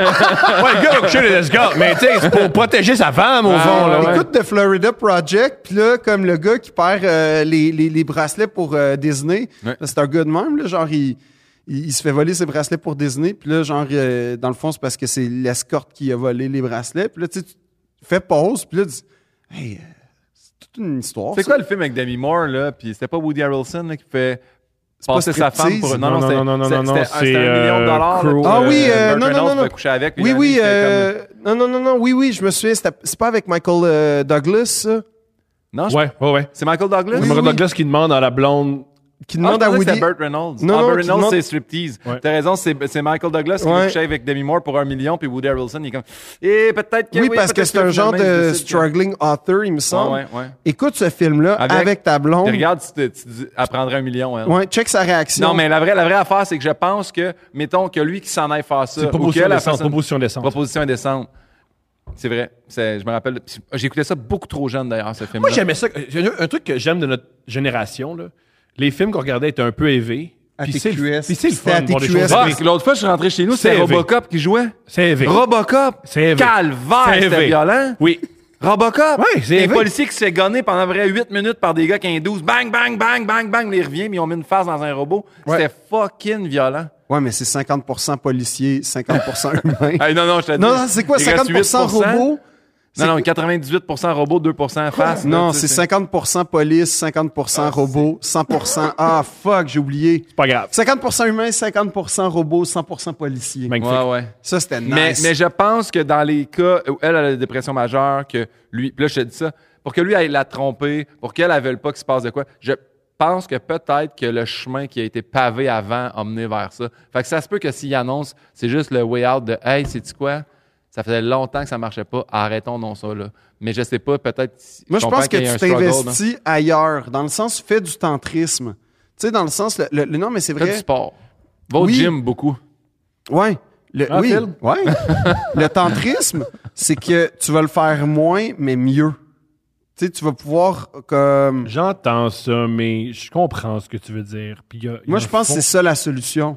le gars va coucher les escortes, mais tu sais, c'est pour protéger sa femme, au Ah, fond. Là, ouais. Écoute The Florida Project, puis là, comme le gars qui perd euh, les, les, les bracelets pour euh, Disney, Ouais. là, c'est un gars de même, là, genre, il, il, il se fait voler ses bracelets pour Disney, puis là, genre, euh, dans le fond, c'est parce que c'est l'escorte qui a volé les bracelets, puis là, tu sais, tu fais pause, puis là, tu dis, hey, euh, c'est toute une histoire. C'est ça. quoi le film avec Demi Moore, là, puis c'était pas Woody Harrelson, là, qui fait pas passer sa femme striptease? pour... Non, non, c'était- non, non, non, c'était- non, c'était- c'est, c'était un million de euh, dollars. là, Crow. que, Ah oui, euh, Burt non, non, Reynolds non, non. pouvait coucher avec, puis Oui, il a oui, dit que c'était euh, non, non, non, non, oui, oui, je me souviens, c'était- c'est pas avec Michael euh, Douglas, ça, comme- Non, je- Ouais, ouais, ouais. c'est Michael Douglas? C'est Oui, Mark oui. Douglas qui demande à la blonde. qui Ah, demande je à pensais que Woody... c'était Burt Reynolds. Non, ah, non, Burt qui Reynolds, demande- c'est striptease. Ouais. T'as raison, c'est, c'est Michael Douglas qui Ouais. veut coucher avec Demi Moore pour un million, puis Woody Harrelson, il est comme... Et peut-être que Oui, parce que peut-être c'est un genre finalement, il de décide que- struggling author, il me semble. Ouais, ouais, ouais. Écoute ce film-là avec, Avec- ta blonde. Puis regarde, tu te, tu te dis, elle prendrait un million, elle. Ouais, check sa réaction. Non, mais la vraie, la vraie affaire, c'est que je pense que, mettons, que lui qui s'en aille faire ça, C'est ou proposition qu'elle, elle décente. fasse une Proposition décente. proposition indécente. C'est vrai. C'est, je me rappelle. puis J'écoutais ça beaucoup trop jeune, d'ailleurs, ce film-là. Moi, j'aimais ça. Il y a un, un truc que j'aime de notre génération, là. Les films qu'on regardait étaient un peu élevés. À Puis T c'est Q le, S. puis c'est le C'était fun à de voir des T Q S. choses Ah, élevées. parce que l'autre fois, je suis rentré chez nous, C'est c'était élevé. Robocop qui jouait. C'est élevé. Robocop! C'est élevé. Calvaire, C'est c'était élevé. violent. Oui. Robocop! Ouais, c'est Un élevé. policier qui se fait gonner pendant vrai huit minutes par des gars qui ont douze. Bang, bang, bang, bang, bang. Il revient, mais ils ont mis une face dans un robot. Ouais. C'était fucking violent. Ouais, mais c'est cinquante pour cent policiers, cinquante pour cent humains. Hey, non, non, je te dis. non, non, c'est quoi, il reste cinquante pour cent huit pour cent. robots? Non, non, quatre-vingt-dix-huit pour cent robots, deux pour cent face. là, Non, tu sais, c'est cinquante pour cent police, cinquante pour cent Ah, robots, cent pour cent... Ah, fuck, j'ai oublié. C'est pas grave. cinquante pour cent humains, cinquante pour cent robots, cent pour cent policiers. Magnifique. Ouais, ouais. Ça, c'était nice. Mais, mais je pense que dans les cas où elle a la dépression majeure, que lui, puis là, je te dis ça, pour que lui aille la tromper, pour qu'elle ne veuille pas qu'il se passe de quoi, je pense que peut-être que le chemin qui a été pavé avant a mené vers ça. Fait que ça se peut que s'il annonce, c'est juste le way out de « Hey, sais-tu quoi? Ça faisait longtemps que ça marchait pas, arrêtons non ça, là. » Mais je sais pas, peut-être... Moi, je comprends pense que qu'il y a tu un struggle, là. t'investis ailleurs, dans le sens, fais du tantrisme. Tu sais, dans le sens, le, le- le- non, mais c'est Fais du vrai. sport. Va au Oui. gym beaucoup. Ouais. Le, Ah, oui, Phil? ouais. Le tantrisme, c'est que tu vas le faire moins, mais mieux. Tu sais, tu vas pouvoir comme. J'entends ça, mais je comprends ce que tu veux dire. Puis il y a- il y Moi, a je un pense que fond- c'est ça la solution.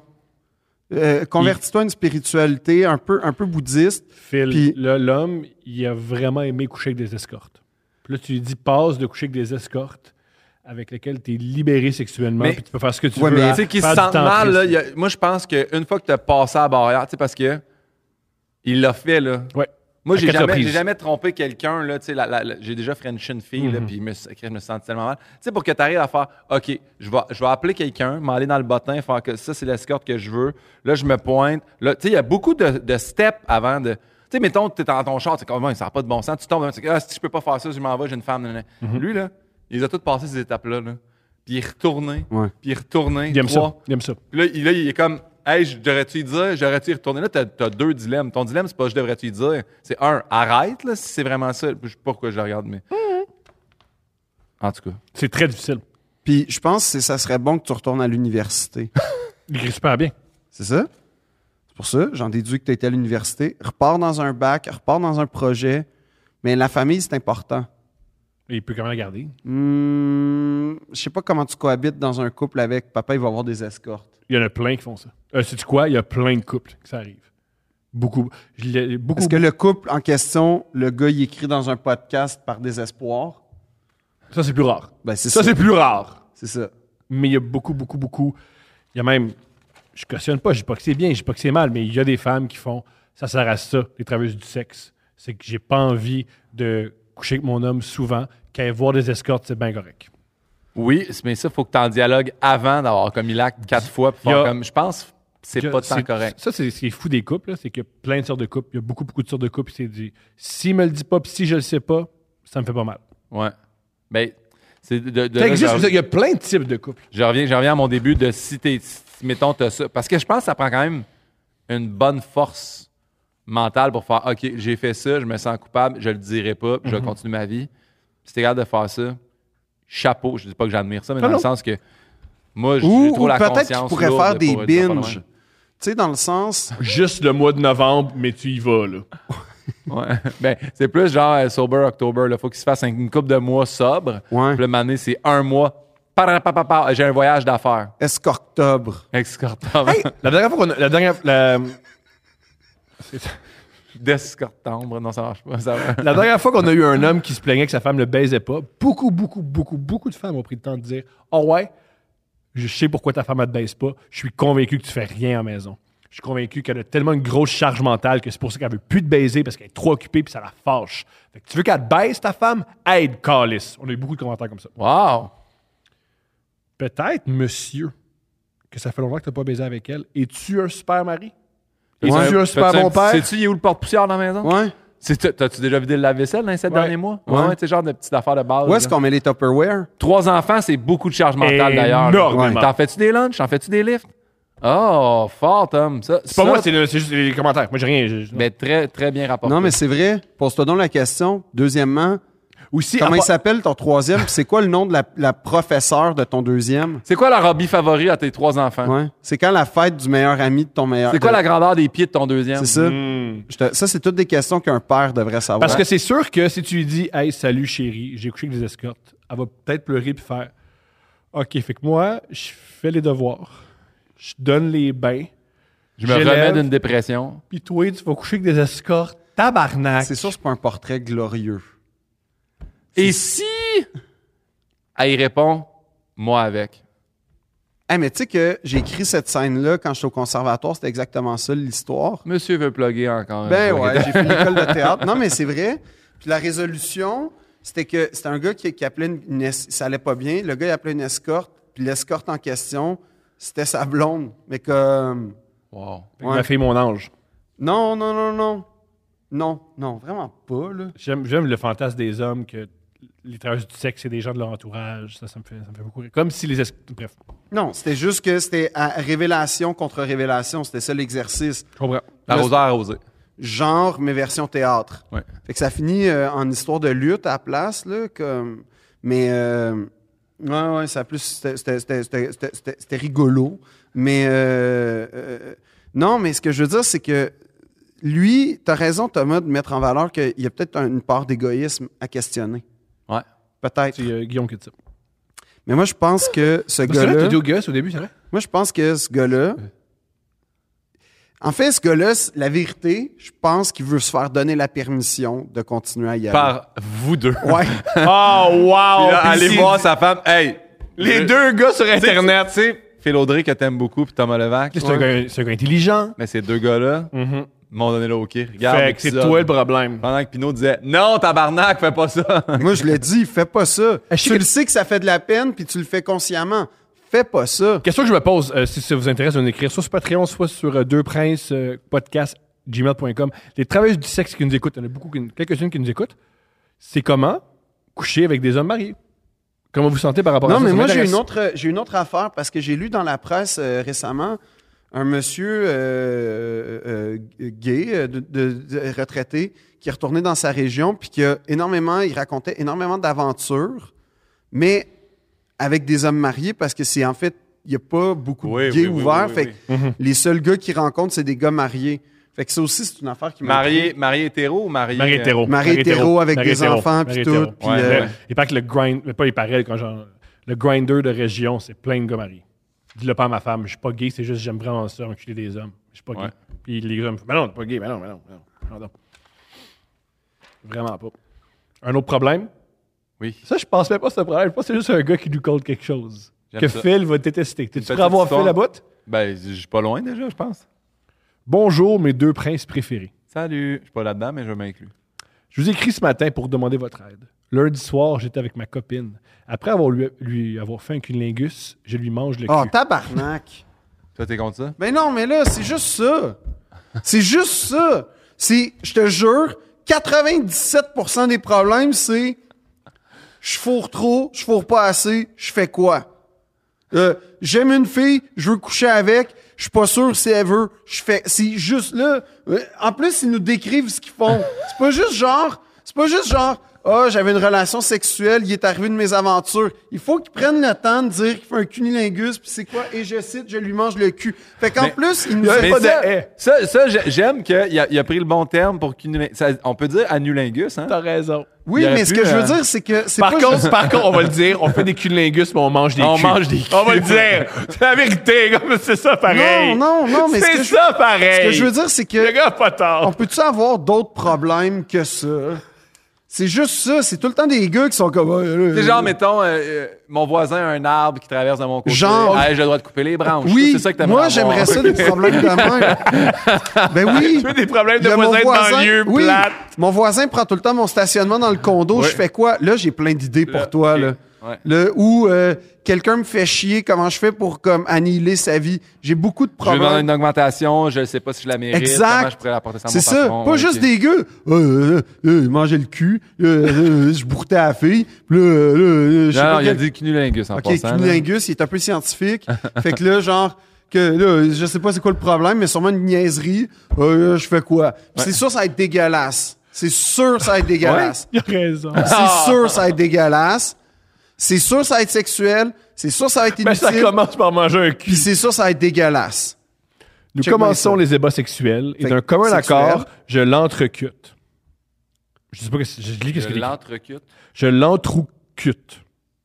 Euh, convertis-toi à une spiritualité un peu, un peu bouddhiste. Phil, Puis- là, l'homme, il a vraiment aimé coucher avec des escortes. Puis là, tu lui dis, passe de coucher avec des escortes avec lesquelles tu es libéré sexuellement, Mais- puis tu peux faire ce que tu Ouais, veux. mais à- Tu sais, qu'ils se faire du sentent tantrisme. mal, là, il y a- moi, je pense qu'une fois que tu as passé à la barrière, tu sais, parce que il l'a fait, là. Ouais. Moi, À j'ai quatre jamais, reprises. j'ai jamais trompé quelqu'un, là, tu sais, la- la- la- j'ai déjà frenché une fille, là, Mhm. puis je me, suis- je me sens tellement mal. Tu sais, pour que tu arrives à faire, OK, je vais, je vais appeler quelqu'un, m'aller dans le bottin, faire que ça, c'est l'escorte que je veux. Là, je me pointe. Là, tu sais, il y a beaucoup de, de steps avant de... Tu sais, mettons, tu es dans ton char, tu sais, comme, ça n'a pas de bon sens, tu tombes, tu dis, ah, si je peux pas faire ça, je m'en vais, j'ai une femme. Nan, nan. Lui, là, il les a toutes passées, ces étapes-là, là. Puis il est retourné, Ouais. puis il est retourné. Il aime trois. ça. Il aime ça. Puis là, il, là, il est comme, hey, je devrais-tu y dire, je devrais-tu y retourner? Là, t'as, t'as deux dilemmes. Ton dilemme, c'est pas je devrais-tu y dire. C'est un, arrête, là, si c'est vraiment ça. Je sais pas pourquoi je le regarde, mais. En tout cas. C'est très difficile. Puis je pense que ça serait bon que tu retournes à l'université. Il écrit super bien. C'est ça? C'est pour ça, j'en déduis que tu as été à l'université. Repars dans un bac, repars dans un projet. Mais la famille, c'est important. Et il peut quand même la garder. Hmm, je sais pas comment tu cohabites dans un couple avec papa, il va avoir des escortes. Il y en a plein qui font ça. Euh, sais-tu quoi? Il y a plein de couples que ça arrive. Beaucoup. Je l'ai- beaucoup Est-ce que le couple en question, le gars, il écrit dans un podcast par désespoir? Ça, c'est plus rare. Ben, c'est Ça, ça. c'est plus rare. C'est ça. Mais il y a beaucoup, beaucoup, beaucoup. Il y a même. Je cautionne pas, je dis pas que c'est bien, je dis pas que c'est mal, mais il y a des femmes qui font. Ça sert à ça, les travailleuses du sexe. C'est que j'ai pas envie de coucher avec mon homme souvent, qu'aller voir des escortes, c'est bien correct. Oui, mais ça, il faut que tu en dialogues avant d'avoir commis l'acte quatre fois. Pour Il y a- faire comme, je pense que c'est Que pas tant correct. Ça, c'est ce qui est fou des couples, là, c'est qu'il y a plein de sortes de couples. Il y a beaucoup, beaucoup de sortes de couples. C'est dit, s'il me le dit pas, puis si je le sais pas, ça me fait pas mal. Ouais. Ben, c'est de, de- de- Ça là, existe, je, il y a plein de types de couples. je reviens, je reviens à mon début de si t'es, si, mettons, t'as ça. Parce que je pense que ça prend quand même une bonne force mentale pour faire, OK, j'ai fait ça, je me sens coupable, je le dirai pas, puis je vais continuer ma vie. Si t'es capable de faire ça, chapeau. Je dis pas que j'admire ça, mais Ah dans non. le sens que moi, j'ai Ou, trop ou la peut-être conscience qu'il pourrait lourde faire de des pas- de pas binges. faire Tu sais, dans le sens... Juste le mois de novembre, mais tu y vas, là. Ouais. Ben, c'est plus genre euh, Sober October. Il faut qu'il se fasse une couple de mois sobre. Ouais. Puis le moment donné, c'est un mois. Parapapapa, j'ai un voyage d'affaires. Escortobre. Escortable. Hey, la dernière fois qu'on a... La dernière... La... D'escortambre. Non, ça marche pas. Ça va. La dernière fois qu'on a eu un homme qui se plaignait que sa femme le baisait pas, beaucoup, beaucoup, beaucoup, beaucoup de femmes ont pris le temps de dire « Oh ouais, je sais pourquoi ta femme ne te baise pas. Je suis convaincu que tu fais rien à la maison. Je suis convaincu qu'elle a tellement une grosse charge mentale que c'est pour ça qu'elle veut plus te baiser parce qu'elle est trop occupée puis ça la fâche. Fait que tu veux qu'elle te baise ta femme? Aide, calice. » On a eu beaucoup de commentaires comme ça. Wow. Peut-être, monsieur, que ça fait longtemps que tu n'as pas baisé avec elle. Es-tu un super mari? Ouais. Es-tu un super Fais-tu bon un- père? Sais-tu, il est où le porte-poussière dans la maison? Ouais. C'est- T'as-tu déjà vidé le lave-vaisselle dans les sept Ouais. derniers mois? Ouais. Ouais, tu sais, genre de petites affaires de base. Où est-ce là. qu'on met les Tupperware? Trois enfants, c'est beaucoup de charge mentale d'ailleurs. Énormément. T'en fais-tu des lunchs? T'en fais-tu des lifts? Oh, fort, Tom. Ça, C'est pas moi, c'est, le- c'est juste les commentaires. Moi, j'ai rien. j'ai- Mais très, très bien rapporté. Non, mais c'est vrai. Pose-toi donc la question. Deuxièmement, Aussi, comment à il part- s'appelle ton troisième? Puis c'est quoi le nom de la, la professeure de ton deuxième? C'est quoi leur hobby favori à tes trois enfants? Ouais. C'est quand la fête du meilleur ami de ton meilleur... C'est quoi de- la grandeur des pieds de ton deuxième? C'est ça. Hmm. Je te- Ça, c'est toutes des questions qu'un père devrait savoir. Parce que c'est sûr que si tu lui dis « Hey, salut chérie, j'ai couché avec des escortes », elle va peut-être pleurer puis faire « OK, fait que moi, je fais les devoirs, je donne les bains, Je me j'élève, remets d'une dépression. puis toi, tu vas coucher avec des escortes, tabarnak. » C'est sûr, c'est pas un portrait glorieux. Et si elle y répond, moi avec. Hey, mais tu sais que j'ai écrit cette scène-là quand j'étais au conservatoire, c'était exactement ça l'histoire. Monsieur veut plugger encore. Ben une fois. ouais, j'ai fait l'école de théâtre. Non, mais c'est vrai. Puis la résolution, c'était que c'était un gars qui, qui appelait une, une es- ça allait pas bien. Le gars, il appelait une escorte. Puis l'escorte en question, c'était sa blonde. Mais comme... Wow. Fait que Ouais. Ma fille, mon ange. Non, non, non, non. Non, non, vraiment pas, là. J'aime, j'aime le fantasme des hommes que les travailleurs du sexe, c'est des gens de leur entourage. Ça, ça me fait, ça me fait beaucoup rire. Comme si les... es- Bref, Non, c'était juste que c'était à révélation contre révélation. C'était ça l'exercice. je comprends. Arroseur arrosé. Genre, mais version théâtre. Ouais. Fait que ça finit euh, en histoire de lutte à la place, là, comme... Mais, euh, ouais, ouais, ça a plus... C'était, c'était, c'était, c'était, c'était- c'était- c'était rigolo. Mais, euh, euh, non, mais ce que je veux dire, c'est que lui, t'as raison, Thomas, de mettre en valeur qu'il y a peut-être un- une part d'égoïsme à questionner. Ouais. Peut-être. C'est euh, Guillaume qui dit ça. Mais moi, je pense que ce C'est vrai, gars-là... t'as dit au gars au début, c'est vrai? Moi, je pense que ce gars-là... En fait, ce gars-là, c- la vérité, je pense qu'il veut se faire donner la permission de continuer à y aller. Par vous deux. Ouais. Oh, wow! Puis là, Puis allez c'est- voir sa femme. Hey! Les je- deux gars sur Tu sais, Internet. Tu sais, Phil Audrey que t'aimes beaucoup, puis Thomas Levac. C'est, un gars, c'est un gars intelligent. Mais ces deux gars-là Mhm. m'ont donné le OK. Regarde. Fait que c'est l'épisode. toi le problème. Pendant que Pinot disait non, tabarnak, fais pas ça. Moi, je l'ai dit, fais pas ça. je sais Tu que- le sais que ça fait de la peine, puis tu le fais consciemment. Fais pas ça. Question que je me pose, euh, si ça vous intéresse, de nous écrire soit sur Patreon, soit sur euh, deux princes euh, podcast gmail point com. Les travailleuses du sexe qui nous écoutent, il y en a beaucoup, qui- quelques-unes qui nous écoutent. C'est comment coucher avec des hommes mariés? Comment vous sentez par rapport à Non, ça? mais Ça moi, j'ai m'intéresse. une autre, j'ai une autre affaire parce que j'ai lu dans la presse euh, récemment un monsieur euh, euh, gay, euh, de, de- de- retraité, qui est retourné dans sa région, puis qui a énormément, il racontait énormément d'aventures, mais avec des hommes mariés parce que c'est en fait, il n'y a pas beaucoup Oui, de gays oui, oui, ouverts. oui, fait oui, que Mhm. les seuls gars qu'il rencontre, c'est des gars mariés. Fait que ça aussi, c'est une affaire qui m'a. Marié, marié hétéro ou marié. Marie hétéro. Marie hétéro avec Marie des hétéro. enfants, Marie puis hétéro. tout. Puis, Ouais, euh, ouais. Il paraît que le grind, mais pas il paraît, quand genre, le grinder de région, c'est plein de gars mariés. Dis-le pas à ma femme, je suis pas gay, c'est juste j'aime vraiment ça, enculer des hommes. Je suis pas gay. Ouais. Puis les hommes, mais non, t'es pas gay, mais non, mais non, mais non, mais non. Vraiment pas. Un autre problème? Oui. Ça, je pense même pas que c'est un problème. Je pense que c'est juste un gars qui nous compte quelque chose. J'aime Que ça. Phil va détester. T'es-tu petite prêt à avoir histoire. Phil à bout? Ben, je suis pas loin déjà, je pense. Bonjour, mes deux princes préférés. Salut. Je suis pas là-dedans, mais je m'inclus. Je vous écris ce matin pour demander votre aide. Lundi soir, j'étais avec ma copine. Après avoir lui, lui avoir fait un cunnilingus, je lui mange le Oh, cul. tabarnak! Toi, t'es contre ça? Mais non, mais là, c'est juste ça. C'est juste ça. C'est, je te jure, quatre-vingt-dix-sept pour cent des problèmes, c'est je fourre trop, je fourre pas assez, je fais quoi? Euh, j'aime une fille, je veux coucher avec, je suis pas sûr si elle veut, je fais. C'est juste là. euh, En plus, ils nous décrivent ce qu'ils font. C'est pas juste genre. C'est pas juste genre. Ah, oh, j'avais une relation sexuelle, il est arrivé de mes aventures. Il faut qu'ils prennent le temps de dire qu'il fait un cunilingus, puis c'est quoi? Et je cite, je lui mange le cul. Fait qu'en Mais- plus, il nous y a dit Mais pas de ça, haie. ça, ça, j'ai- j'aime qu'il a, il a pris le bon terme pour cunilingus. Ça, on peut dire annulingus, hein? T'as raison. Oui, il aurait mais ce pu, que je veux euh, dire, c'est que c'est Par pas contre, juste... par contre, on va le dire, on fait des cunnilingus, mais on mange des On culs. mange des culs. On va le dire. C'est la vérité, comme c'est ça pareil. Non, non, non, mais ce c'est que je- ça pareil. Ce que je veux dire, c'est Le que gars a pas tort. on peut-tu avoir d'autres problèmes que ça? C'est juste ça. C'est tout le temps des gars qui sont comme... Tu sais, genre, mettons, euh, euh, mon voisin a un arbre qui traverse de mon côté. Genre- Hey, j'ai le droit de couper les branches. Oui, c'est ça que t'aimerais moi, avoir. j'aimerais ça, des problèmes de même. Ben oui. Tu veux des problèmes Il de y a mon voisins de voisin- banlieue oui, plates. mon voisin prend tout le temps mon stationnement dans le condo. Ouais. Je fais quoi? Là, j'ai plein d'idées pour Là, toi. ok. Là. Ouais. Là, où euh, quelqu'un me fait chier, comment je fais pour comme annihiler sa vie? J'ai beaucoup de Je vais demander problèmes. une augmentation, je ne sais pas si je la mérite. Exact. Comment je pourrais apporter ça à mon C'est ça. patron. Pas Ouais, juste ok. des gars. Euh, euh, euh, manger le cul. Euh, euh, je bourretais à la fille. Puis là, euh, là, euh, je sais Non, pas non, il a quel- dit cunilingus en OK, passant. là. cunilingus, il est un peu scientifique. Fait que là, genre, que là, je sais pas c'est quoi le problème, mais sûrement une niaiserie. Euh, je fais quoi? Puis c'est sûr, ça va être dégueulasse. C'est sûr, ça va être dégueulasse. Il a raison. C'est sûr, ça va être dégueulasse. C'est sûr, ça va être sexuel. C'est sûr, ça va être Mais ça inutile. commence par manger un cul. Puis c'est sûr, ça va être dégueulasse. Nous Check commençons bien les ébats sexuels et Fait d'un que commun sexuel. accord, je l'entrecute. Je sais pas, que c'est- je lis qu'est-ce Je qu'il est écrit. l'entrecute. Je l'entroucute.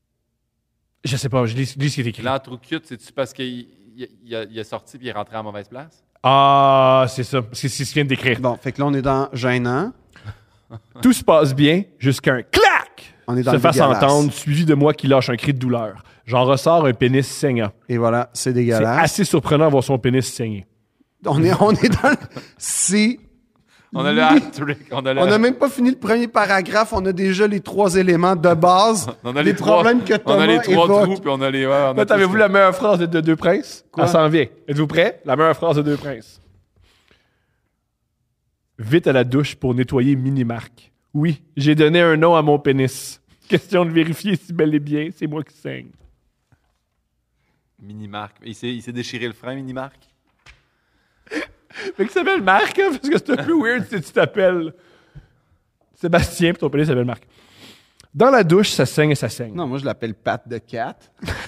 Je sais pas, je lis, lis ce qui est écrit. L'entrecute, c'est-tu parce qu'il il, il a, il est sorti puis il est rentré à la mauvaise place? Ah, c'est ça. C'est c'est ce qu'il vient d'écrire. Bon, fait que là, on est dans gênant. Tout se passe bien jusqu'à un clac On est dans se le fasse dégueulasse. entendre, suivi de moi qui lâche un cri de douleur. J'en ressors un pénis saignant. Et voilà, c'est C'est dégueulasse. assez surprenant de voir son pénis saigner. On est, on est dans le... C'est... On a le hat-trick. On a le... On n'a même pas fini le premier paragraphe, on a déjà les trois éléments de base. on a les les trois, problèmes que on a les Thomas trois évoque. trous puis on a les... Ouais, on a Là, tout t'avez-vous ce- la meilleure phrase de, de Deux Princes? Quoi? Elle s'en vient. Êtes-vous prêts? La meilleure phrase de Deux Princes. Vite à la douche pour nettoyer Minimark. Oui, j'ai donné un nom à mon pénis. Question de vérifier si bel et bien c'est moi qui saigne. Mini-Marc. Il s'est, il s'est déchiré le frein, Mini-Marc? Fait qu'il s'appelle Marc, hein, parce que c'est un peu weird si tu t'appelles Sébastien puis ton pénis s'appelle Marc. Dans la douche, ça saigne et ça saigne. Non, moi je l'appelle Pat de Cat.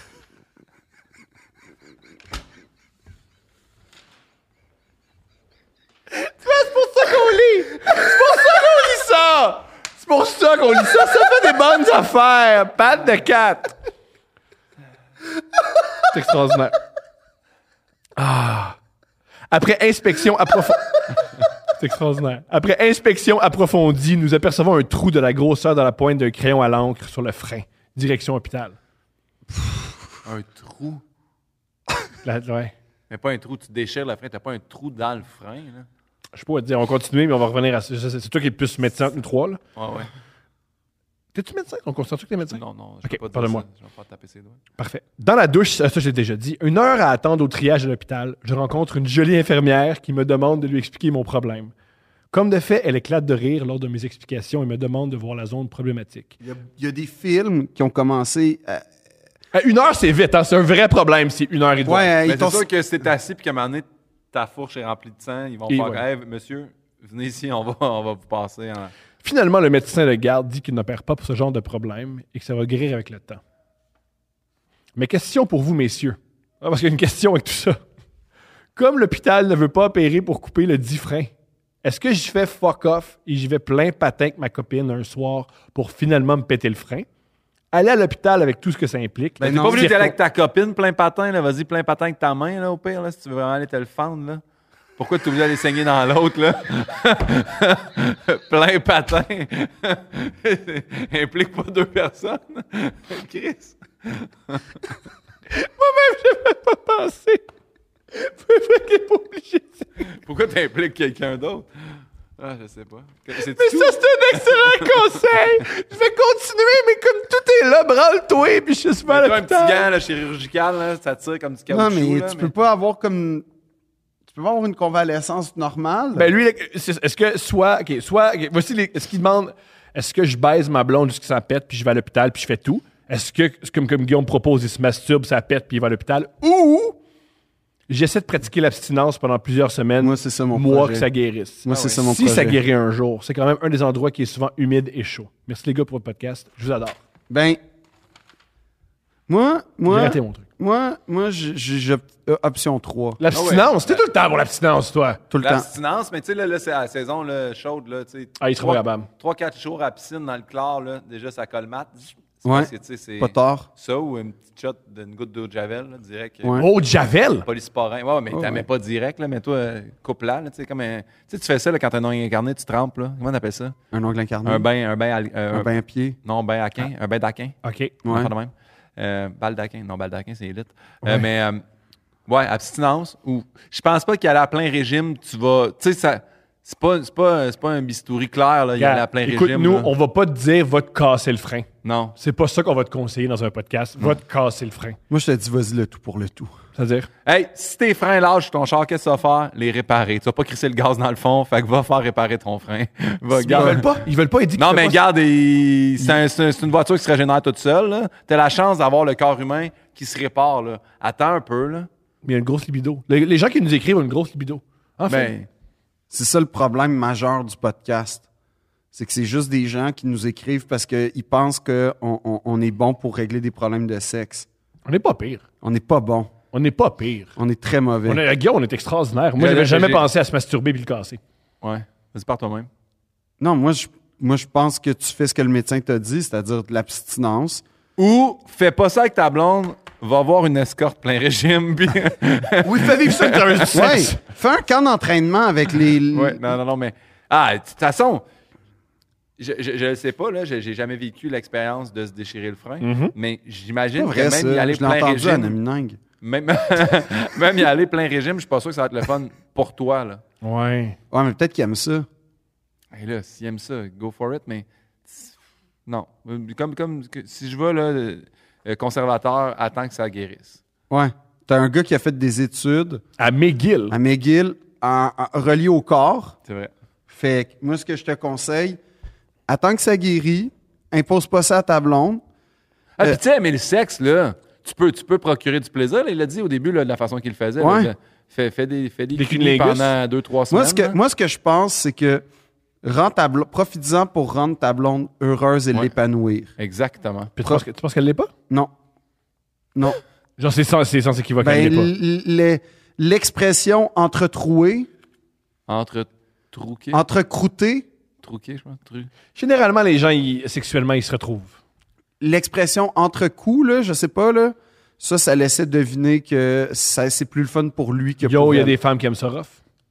C'est pour ça qu'on lit! C'est pour ça qu'on lit ça! C'est pour ça qu'on lit ça! Ça fait des bonnes affaires! Patte de quatre! C'est extraordinaire. Ah. Après inspection approfondie... C'est extraordinaire. Après inspection approfondie, nous apercevons un trou de la grosseur de la pointe d'un crayon à l'encre sur le frein. Direction hôpital. Un trou? La- ouais. Mais pas un trou, tu déchires le frein, t'as pas un trou dans le frein, là? Je sais pas quoi te dire, on va continuer, mais on va revenir à ça. C'est toi qui es le plus médecin de nous trois, là. Ouais, ouais. T'es-tu médecin? On constate que t'es médecin? Non, non, je Ok, peux pas dire parle-moi. ça. Je vais pas taper ses doigts. Parfait. Dans la douche, ça, ça j'ai déjà dit, une heure à attendre au triage de l'hôpital, je rencontre une jolie infirmière qui me demande de lui expliquer mon problème. Comme de fait, elle éclate de rire lors de mes explications et me demande de voir la zone problématique. Il y a, il y a des films qui ont commencé à... À une heure, c'est vite, hein? C'est un vrai problème, c'est une heure et demie. Ouais, Mais ils c'est t'ont- sûr que si t'es assis puis qu'à un moment donné, ta fourche est remplie de sang, ils vont Et faire ouais. hey, monsieur, venez ici, on va, on va vous passer en. Finalement, le médecin de garde dit qu'il n'opère pas pour ce genre de problème et que ça va guérir avec le temps. Mais question pour vous, messieurs. Ah, parce qu'il y a une question avec tout ça. Comme l'hôpital ne veut pas opérer pour couper le dit frein, est-ce que j'y fais fuck off et j'y vais plein patin avec ma copine un soir pour finalement me péter le frein? Aller à l'hôpital avec tout ce que ça implique. Ben T'es non, pas obligé Circo- d'aller avec ta copine plein patin, là. Vas-y, plein patin avec ta main, là, au pire, là, si tu veux vraiment aller te le fendre, là. Pourquoi tu es obligé d'aller saigner dans l'autre, là? Plein patin. Implique pas deux personnes. Chris. Moi-même, je n'avais pas pensé. C'est vrai qu'il n'est pas obligé. Pourquoi tu impliques quelqu'un d'autre? Ah, je sais pas. C'est Mais ça, c'est un excellent conseil! Je vais continuer, mais comme tout est là, branle-toi, puis je suis super à Toi, un petit l'hôpital. gant là, chirurgical, là, ça tire comme du caoutchouc. Non, mais là, tu peux pas avoir comme... Tu peux pas avoir une convalescence normale. Ben lui, c'est- est-ce que soit... OK, soit... ok, voici les... Est-ce qu'il demande... Est-ce que je baise ma blonde jusqu'à ça pète, puis je vais à l'hôpital, puis je fais tout? Est-ce que, comme, comme Guillaume propose, il se masturbe, ça pète, puis il va à l'hôpital? Ou... J'essaie de pratiquer l'abstinence pendant plusieurs semaines, Moi, c'est ça mon mois projet. que ça guérisse. Moi, Ah c'est oui. ça mon Si projet. ça guérit un jour, c'est quand même un des endroits qui est souvent humide et chaud. Merci les gars pour votre podcast. Je vous adore. Ben, moi, J'ai moi, raté mon truc. moi, moi, j'ai j'ai- j'ai op- euh, option trois. L'abstinence, t'es tout le temps pour l'abstinence, toi. Tout le temps. L'abstinence, mais tu sais, là, là c'est la saison là, chaude. Là, tu sais. Ah, il sera Trois- capable. trois quatre jours à la piscine dans le chlore, là, déjà, ça colmate. C'est Ouais. parce que, tu sais, c'est Pas tard. ça ou une petite shot d'une goutte d'eau de Javel, là, direct. Ouais. Oh, Javel! Polysporin. Ouais, mais Oh, t'en ouais. mets pas direct, là, mais toi, euh, coupe-là, là, tu sais, comme un... Tu sais, tu fais ça, là, quand t'as un ongle incarné, tu trempes, là. Comment t'appelles ça? Un ongle incarné. Un bain, un bain, à- euh, Un bain à pied. Non, bain aquin, un bain d'aquin. OK. Ouais. On de même. Euh, baldaquin. Non, baldaquin, c'est élite. Euh, Ouais. mais, euh, ouais, abstinence. Ou, je pense pas qu'aller à plein régime, tu vas. Tu sais, ça. C'est pas, c'est pas, c'est pas un bistouri clair, là, y aller à plein Écoute, régime. nous, là. on va pas te dire va te casser le frein. Non. C'est pas ça qu'on va te conseiller dans un podcast. Va te casser le frein. Moi, je te dis, vas-y le tout pour le tout. C'est-à-dire? Hey, si tes freins lâchent ton char, qu'est-ce que tu vas faire? Les réparer. Tu vas pas crisser le gaz dans le fond, fait que va faire réparer ton frein. Va, Ils garde- veulent pas. Ils veulent pas. Ils disent Non, qu'ils mais font pas- regarde, il- c'est, un- c'est un- c'est une voiture qui se régénère toute seule. là. T'as la chance d'avoir le corps humain qui se répare. Là. Attends un peu. Là. Mais il y a une grosse libido. Les, les gens qui nous écrivent ont une grosse libido. Enfin. Ben, C'est ça le problème majeur du podcast. C'est que c'est juste des gens qui nous écrivent parce qu'ils pensent qu'on on, on est bon pour régler des problèmes de sexe. On n'est pas pire. On n'est pas bon. On n'est pas pire. On est très mauvais. On est, Guillaume, on est extraordinaire. Moi, J'ai- j'avais j'ai- jamais j'ai- pensé à se masturber puis le casser. ouais. Vas-y par toi-même. Non, moi je, moi, je pense que tu fais ce que le médecin t'a dit, c'est-à-dire de l'abstinence. Ou fais pas ça avec ta blonde, va voir une escorte plein régime. Puis... Oui, fais vivre ça le travail du Ouais, sexe. fais un camp d'entraînement avec les... ouais, non, non, non, mais. Ah, de toute façon, je, je, je le sais pas, là, j'ai j'ai jamais vécu l'expérience de se déchirer le frein, Mhm. mais C'est j'imagine pas que vrai, même ça. y aller Je l'ai plein entendu à régime. Naminang. Même, même y aller plein régime, je suis pas sûr que ça va être le fun pour toi, là. Ouais. Ouais, mais peut-être qu'il aime ça. Et là, s'il aime ça, go for it, mais non. Comme, comme que- si je vais, là, le- le conservateur, attends que ça guérisse. Ouais. T'as un gars qui a fait des études À McGill. à McGill en, en- relié au corps. C'est vrai. Fait que moi, ce que je te conseille, attends que ça guérit, impose pas ça à ta blonde. Ah, Euh, puis tu sais, mais le sexe, là, tu peux, tu peux procurer du plaisir. Là, il l'a dit au début, là, de la façon qu'il le faisait. Ouais. Là, fais, fais des, fais des, Des cunilingus cunilingus. pendant deux, trois semaines. Moi, ce que, là. moi, ce que je pense, c'est que rends ta blo- profite-en pour rendre ta blonde heureuse et Ouais. l'épanouir. Exactement. Puis tu penses, que- tu penses qu'elle l'est pas? Non. Non. Genre, c'est sans, c'est sans équivoque, Ben, elle l'est pas. l- l- l'expression entretrouée, Entre trouquer, entrecroûtée, trouquer, je pense. Tru... Généralement, les gens, ils- sexuellement, ils se retrouvent. l'expression entre-coups, là, je sais pas, là, ça, ça laissait deviner que ça, c'est plus le fun pour lui que Yo, pour il y a elle. des femmes qui aiment ça rough.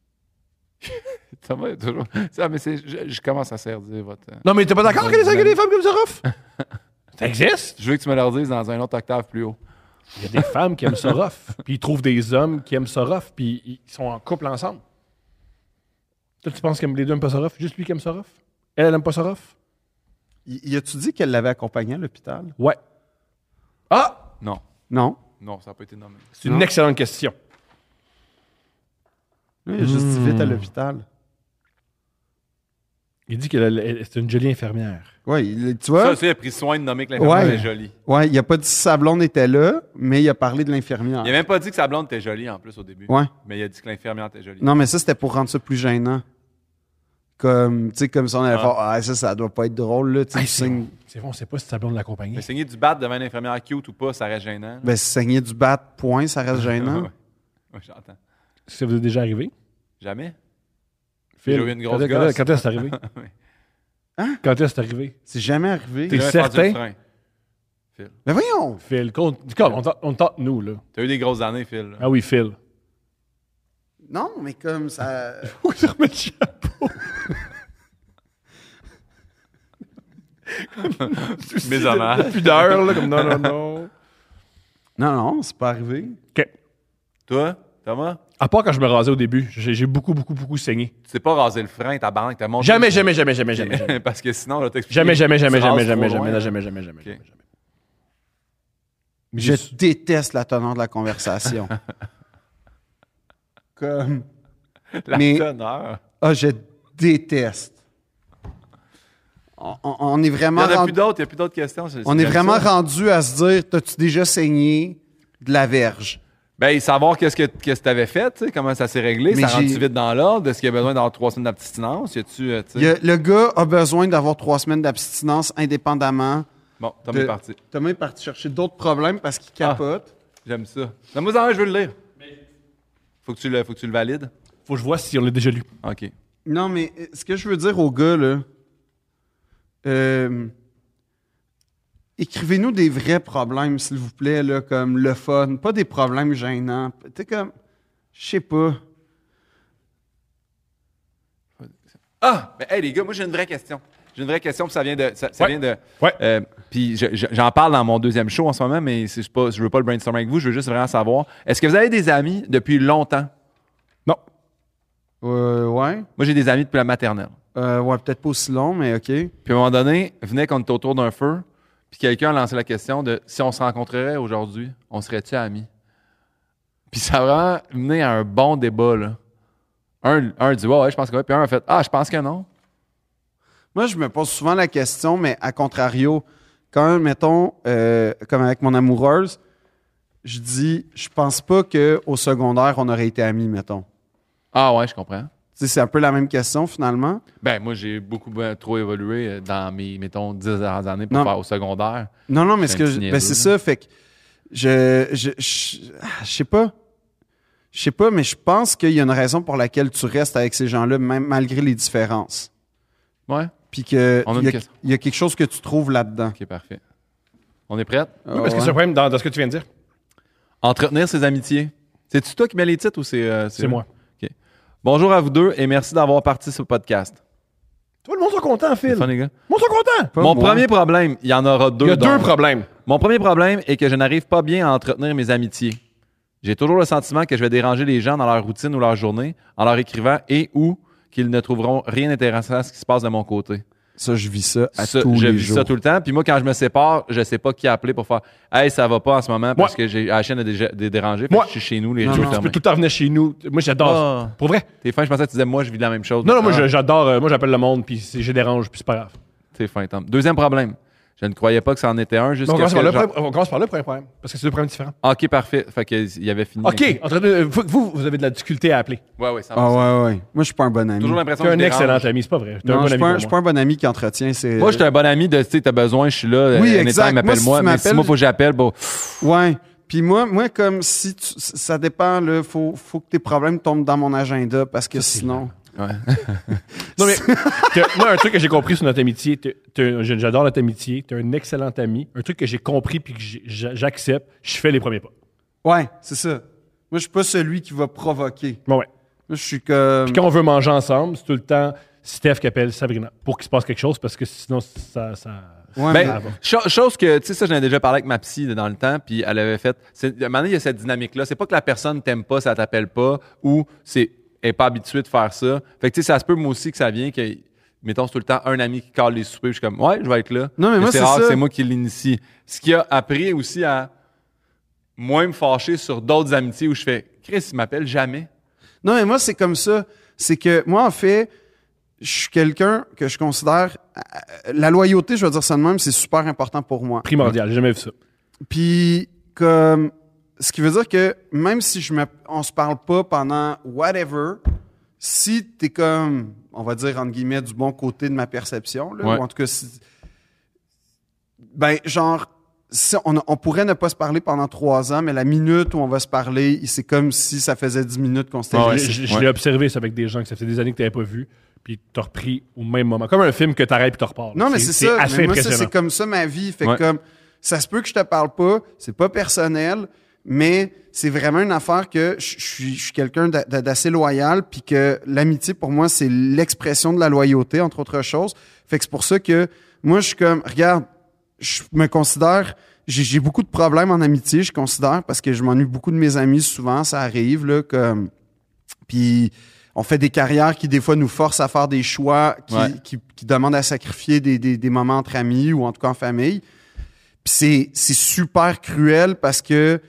Ça va toujours. Ça, mais c'est, je, je commence à serdir votre. euh, Non, mais t'es pas d'accord que les, que les femmes qui aiment ça rough? Ça existe? Je veux que tu me le dises dans un autre octave plus haut. Il y a des femmes qui aiment ça rough. Puis ils trouvent des hommes qui aiment ça rough. Puis ils sont en couple ensemble. Toi, tu penses que les deux aiment pas ça rough? Juste lui qui aime ça rough? Elle, elle aime pas ça rough? Y, y a-tu dit qu'elle l'avait accompagné à l'hôpital? Ouais. Ah! Non. Non. Non, ça n'a pas été nommé. C'est une Non. excellente question. Lui, il a juste dit vite à Hmm. l'hôpital. Il dit que c'est une jolie infirmière. Ouais, il- tu Ça vois? aussi, il a pris soin de nommer que l'infirmière Ouais. est jolie. Ouais, il a pas dit si sa blonde était là, mais il a parlé de l'infirmière. Il a même pas dit que sa blonde était jolie en plus au début. Ouais. Mais il a dit que l'infirmière était jolie. Non, mais ça, c'était pour rendre ça plus gênant. Comme, tu sais, comme si on allait Ah. faire, ah, ça, ça doit pas être drôle, là. Tu sais, Hey, tu c'est saignes- bon. C'est bon, on sait pas si sa blonde l'accompagnait. Mais saigner du bat devant une infirmière cute ou pas, ça reste gênant. Ben, saigner du bat, point, ça reste gênant. ouais. Ouais, j'entends. Est-ce que ça vous est déjà arrivé? Jamais. Phil, J'ai eu une grosse quand, quand- gosse. quand est-ce que c'est arrivé? Ouais. Hein? Quand est-ce que c'est arrivé? C'est jamais arrivé. T'es J'ai jamais perdu le certain? frein. Ben voyons! Phil, compte- comme, on tente- on tente nous, là. T'as eu des grosses années, Phil. là. Ah oui, Phil. Non, mais comme ça... Où se remet le chapeau? Mes hommages. Pudeur, là, comme non, non, non. Non, non, c'est pas arrivé. OK. Toi, Thomas? À part quand je me rasais au début, j'ai, j'ai beaucoup, beaucoup, beaucoup saigné. Tu sais pas raser le frein, ta banque, t'as monté. Jamais, jamais, jamais, jamais, jamais, jamais. Parce que sinon, on va t'expliquer. Jamais, jamais, jamais, Tu jamais, rases jamais, trop jamais, loin. jamais, jamais, jamais, jamais, Ok. jamais. Je J'ai- déteste la teneur de la conversation. Comme. La Mais- teneur. Ah, je déteste. On, on- on est Il vraiment. n'y en a rendu- plus d'autres, il n'y a plus d'autres questions. c'est- On est j'aime vraiment ça. rendu à se dire, t'as-tu déjà saigné de la verge? Ben, savoir qu'est-ce que, qu'est-ce que tu avais fait, tu sais, comment ça s'est réglé, Mais ça rentre j'ai- vite dans l'ordre, est-ce qu'il y a besoin d'avoir trois semaines d'abstinence, y a-tu, euh, tu sais? Il y a- le gars a besoin d'avoir trois semaines d'abstinence indépendamment. Bon, Thomas de- est parti. Thomas est parti chercher d'autres problèmes parce qu'il Ah. capote. J'aime ça. Donne-moi un, je veux le lire. Faut que tu le, faut que tu le valides. Faut que je vois si on l'a déjà lu. OK. Non, mais euh, ce que je veux dire aux gars, là, euh, écrivez-nous des vrais problèmes, s'il vous plaît, là, comme le fun, pas des problèmes gênants. Tu sais, comme, je sais pas. Ah! Ben, hey, les gars, moi, j'ai une vraie question. J'ai une vraie question, puis ça vient de. Ça, ça Ouais. vient de. Ouais. euh, puis je- je- j'en parle dans mon deuxième show en ce moment, mais c'est pas, je veux pas le brainstormer avec vous, je veux juste vraiment savoir. Est-ce que vous avez des amis depuis longtemps? Non. Euh, ouais. Moi, j'ai des amis depuis la maternelle. Euh, ouais, peut-être pas aussi long, mais OK. Puis à un moment donné, venait qu'on était autour d'un feu, puis quelqu'un a lancé la question de si on se rencontrerait aujourd'hui, on serait-tu amis? Puis ça a vraiment mené à un bon débat, là. Un, un dit ouais, ouais, je pense que oui, puis un a fait ah, je pense que non. Moi, je me pose souvent la question, mais à contrario, quand, mettons, euh, comme avec mon amoureuse, je dis, je pense pas qu'au secondaire, on aurait été amis, mettons. Ah ouais, je comprends. Tu sais, c'est un peu la même question, finalement. Ben, moi, j'ai beaucoup ben, trop évolué euh, dans mes, mettons, dix dernières années pour Non. faire au secondaire. Non, non, mais C'est ce que un je- petit ben, niaiseux, c'est là. ça, fait que je je je ah, je sais pas. Je sais pas, mais je pense qu'il y a une raison pour laquelle tu restes avec ces gens-là, même malgré les différences. Ouais? Puis que On a il une y, a- question. il y a quelque chose que tu trouves là-dedans. OK, parfait. On est prêts? Oui, parce que c'est un problème dans, dans ce que tu viens de dire. Entretenir ses amitiés. C'est-tu toi qui mets les titres ou c'est... euh, C'est moi. OK. Bonjour à vous deux et merci d'avoir parti sur le podcast. Tout le monde soit content, C'est Phil. fun, les gars. Tout le monde soit content. Pas Mon moi. premier problème, il y en aura deux. Il y a deux donc. problèmes. Mon premier problème est que je n'arrive pas bien à entretenir mes amitiés. J'ai toujours le sentiment que je vais déranger les gens dans leur routine ou leur journée en leur écrivant et ou qu'ils ne trouveront rien d'intéressant à ce qui se passe de mon côté. Ça, je vis ça à Ça, tous je les vis jours. ça tout le temps. Puis moi, quand je me sépare, je sais pas qui appeler pour faire « Hey, ça va pas en ce moment parce Moi. que j'ai la chaîne a déjà dé- dérangé. Fait Moi. que je suis chez nous, les Non, rideaux non, Tu peux fermés. tout le temps venir chez nous. Moi, j'adore Ah. ça. Pour vrai. T'es fin, je pensais que tu disais « Moi, je vis la même chose. » Non, non, moi, Ah, je- j'adore. euh, moi, j'appelle le monde, puis c'est- je dérange, puis c'est pas grave. T'es fin, Tom. Deuxième problème. Je ne croyais pas que ça en était un On jusqu'à commence, ce par que le, genre- premier- on commence par le premier problème. Parce que c'est deux problèmes différents. OK, parfait. Fait que il avait fini. OK. Entre deux, vous, vous, vous avez de la difficulté à appeler. Ouais, ouais, ça Ah ouais, ouais. Moi, je suis pas un bon ami. Toujours l'impression T'es que un je dérange. excellent ami, c'est pas vrai. T'es un Non, bon je suis ami pas, un- pour je suis moi. pas un bon ami qui entretient. C'est... Moi, je suis un bon ami de, tu sais, t'as besoin, je suis là. Oui, anytime, exact. Moi, si appelle-moi. tu Mais m'appelles- si moi, faut que j'appelle, bon. Ouais. Puis moi, moi, comme si tu- ça dépend, là, faut, faut que tes problèmes tombent dans mon agenda parce que sinon. Ouais. Non, mais t'as- moi, un truc que j'ai compris sur notre amitié, t'es- t'es un- j'adore notre amitié, t'es un excellent ami. Un truc que j'ai compris puis que j'ai- j'a- j'accepte, je fais les premiers pas. Ouais, c'est ça. Moi, je suis pas celui qui va provoquer. Bon, ouais. Moi, je suis comme. Puis quand on veut manger ensemble, c'est tout le temps Steph qui appelle Sabrina pour qu'il se passe quelque chose parce que sinon, ça. ça... Ouais, Ben, mais- Ah, bon. cho- chose que, tu sais, ça, j'en ai déjà parlé avec ma psy dans le temps, puis elle avait fait. c'est- À un moment donné, il y a cette dynamique-là. C'est pas que la personne t'aime pas, ça t'appelle pas, ou c'est elle est pas habituée de faire ça. Fait que, tu sais, ça se peut, moi aussi, que ça vient, que, mettons, c'est tout le temps un ami qui cale les soupers, puis je suis comme, ouais, je vais être là. Non, mais moi, c'est c'est rare que ça. c'est moi qui l'initie. Ce qui a appris aussi à moins me fâcher sur d'autres amitiés où je fais, Chris, il m'appelle jamais. Non, mais moi, c'est comme ça. C'est que moi, en fait, je suis quelqu'un que je considère. euh, La loyauté, je vais dire ça de même, c'est super important pour moi. Primordial, j'ai jamais vu ça. Puis, comme. Ce qui veut dire que même si je me, on se parle pas pendant whatever, si t'es comme, on va dire, entre guillemets, du bon côté de ma perception, là, Ouais. ou en tout cas, si, ben, genre, si on, on pourrait ne pas se parler pendant trois ans, mais la minute où on va se parler, c'est comme si ça faisait dix minutes qu'on s'était Ah ouais, laissé. je je Ouais. l'ai observé ça avec des gens que ça fait des années que tu n'avais pas vu, puis t'as repris au même moment. Comme un film que t'arrêtes puis t'en repars. Non, mais c'est ça. assez Mais moi, ça, impressionnant. c'est comme ça ma vie. Fait que Ouais. comme, ça se peut que je te parle pas, c'est pas personnel, mais c'est vraiment une affaire que je je suis, je suis quelqu'un d'a- d'a- d'assez loyal, puis que l'amitié, pour moi, c'est l'expression de la loyauté, entre autres choses. Fait que c'est pour ça que moi, je suis comme, regarde, je me considère j'ai, j'ai beaucoup de problèmes en amitié, je considère, parce que je m'ennuie beaucoup de mes amis souvent, ça arrive, là, comme... Puis on fait des carrières qui, des fois, nous forcent à faire des choix qui, Ouais. qui, qui demandent à sacrifier des, des, des moments entre amis ou en tout cas en famille. Puis c'est, c'est super cruel parce que,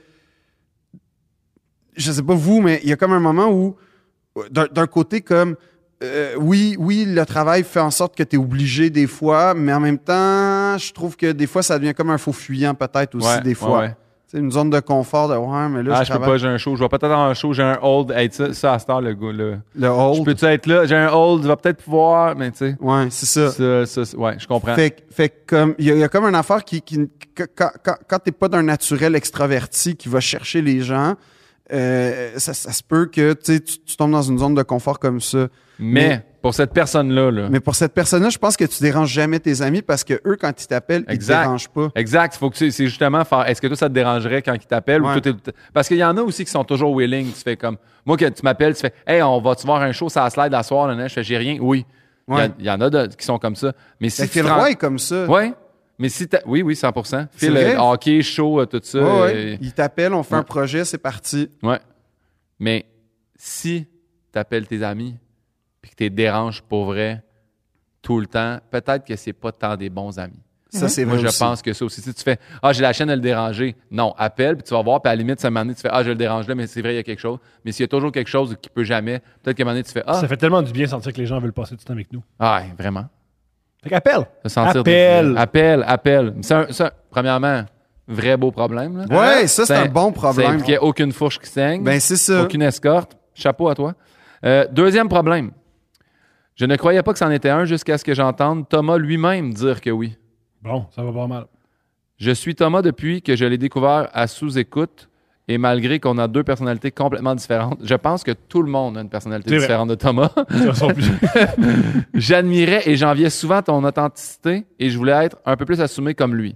je sais pas vous, mais il y a comme un moment où, d'un, d'un côté, comme... Euh, oui, oui, le travail fait en sorte que tu es obligé des fois, mais en même temps, je trouve que des fois, ça devient comme un faux fuyant peut-être aussi Ouais, des fois. ouais, ouais. C'est une zone de confort de ouais, mais là, Ah, je je peux travaille. pas, j'ai un show. Je vais peut-être avoir un show, j'ai un hold. Hey, ça, ça, à cette heure, le gars, là. Le Je hold. peux-tu être là? J'ai un hold, va peut-être pouvoir, mais tu sais. Ouais, c'est ça. Ça, ça, ça, ouais, je comprends. Fait, que- fait que comme il y, a- il y a comme une affaire qui, qui que- quand, quand, quand t'es pas d'un naturel extraverti qui va chercher les gens, euh, ça, ça se peut que tu, sais, tu tu tombes dans une zone de confort comme ça. mais, mais- pour cette personne-là, là. Mais pour cette personne-là, je pense que tu déranges jamais tes amis parce que eux, quand ils t'appellent, ils te Exact. dérangent pas. Exact. Faut que tu- c'est justement faire. Est-ce que toi, ça te dérangerait quand ils t'appellent Ouais. ou toi, t'es- parce qu'il y en a aussi qui sont toujours willing. Tu fais comme. Moi, quand tu m'appelles, tu fais Hey, on va-tu voir un show, ça a slide la soir, là, là? Je fais J'ai rien. Oui. Il y a- Ouais. il y, en a de- qui sont comme ça. Mais si Ben, tu Phil te rends- Roy est comme ça. Ouais. Mais si t'as- Oui, oui, cent pour cent. C'est Phil, vrai? euh, hockey, show, euh, tout ça. Ouais, ouais. euh, Il t'appelle, on fait Ouais. un projet, c'est parti. Ouais. Mais si tu appelles tes amis puis que tu les déranges pour vrai tout le temps, peut-être que c'est pas tant des bons amis. Ça, c'est Moi, vrai je aussi. pense que ça aussi. Si tu fais Ah, j'ai la chaîne de le déranger. Non, appelle, puis tu vas voir, puis à la limite, ça un moment donné, tu fais Ah, je le dérange là, mais c'est vrai, il y a quelque chose. Mais s'il y a toujours quelque chose qui peut jamais, peut-être qu'à un moment donné, tu fais Ah, Ça fait tellement du bien de sentir que les gens veulent passer du temps avec nous. ah vraiment. Fait qu'appelle. Se sentir Appelle. des- Appelle, appelle. C'est un, ça, premièrement, vrai beau problème. Là. Ouais, ça, c'est Ça- un bon Ça problème. impliquait aucune fourche qui saigne. Ben, c'est ça. Aucune escorte. Chapeau à toi. Euh, deuxième problème. Je ne croyais pas que c'en était un jusqu'à ce que j'entende Thomas lui-même dire que oui. Bon, ça va pas mal. Je suis Thomas depuis que je l'ai découvert à sous-écoute et malgré qu'on a deux personnalités complètement différentes. Je pense que tout le monde a une personnalité C'est vrai. différente de Thomas. De toute façon, plus- J'admirais et j'enviais souvent ton authenticité et je voulais être un peu plus assumé comme lui.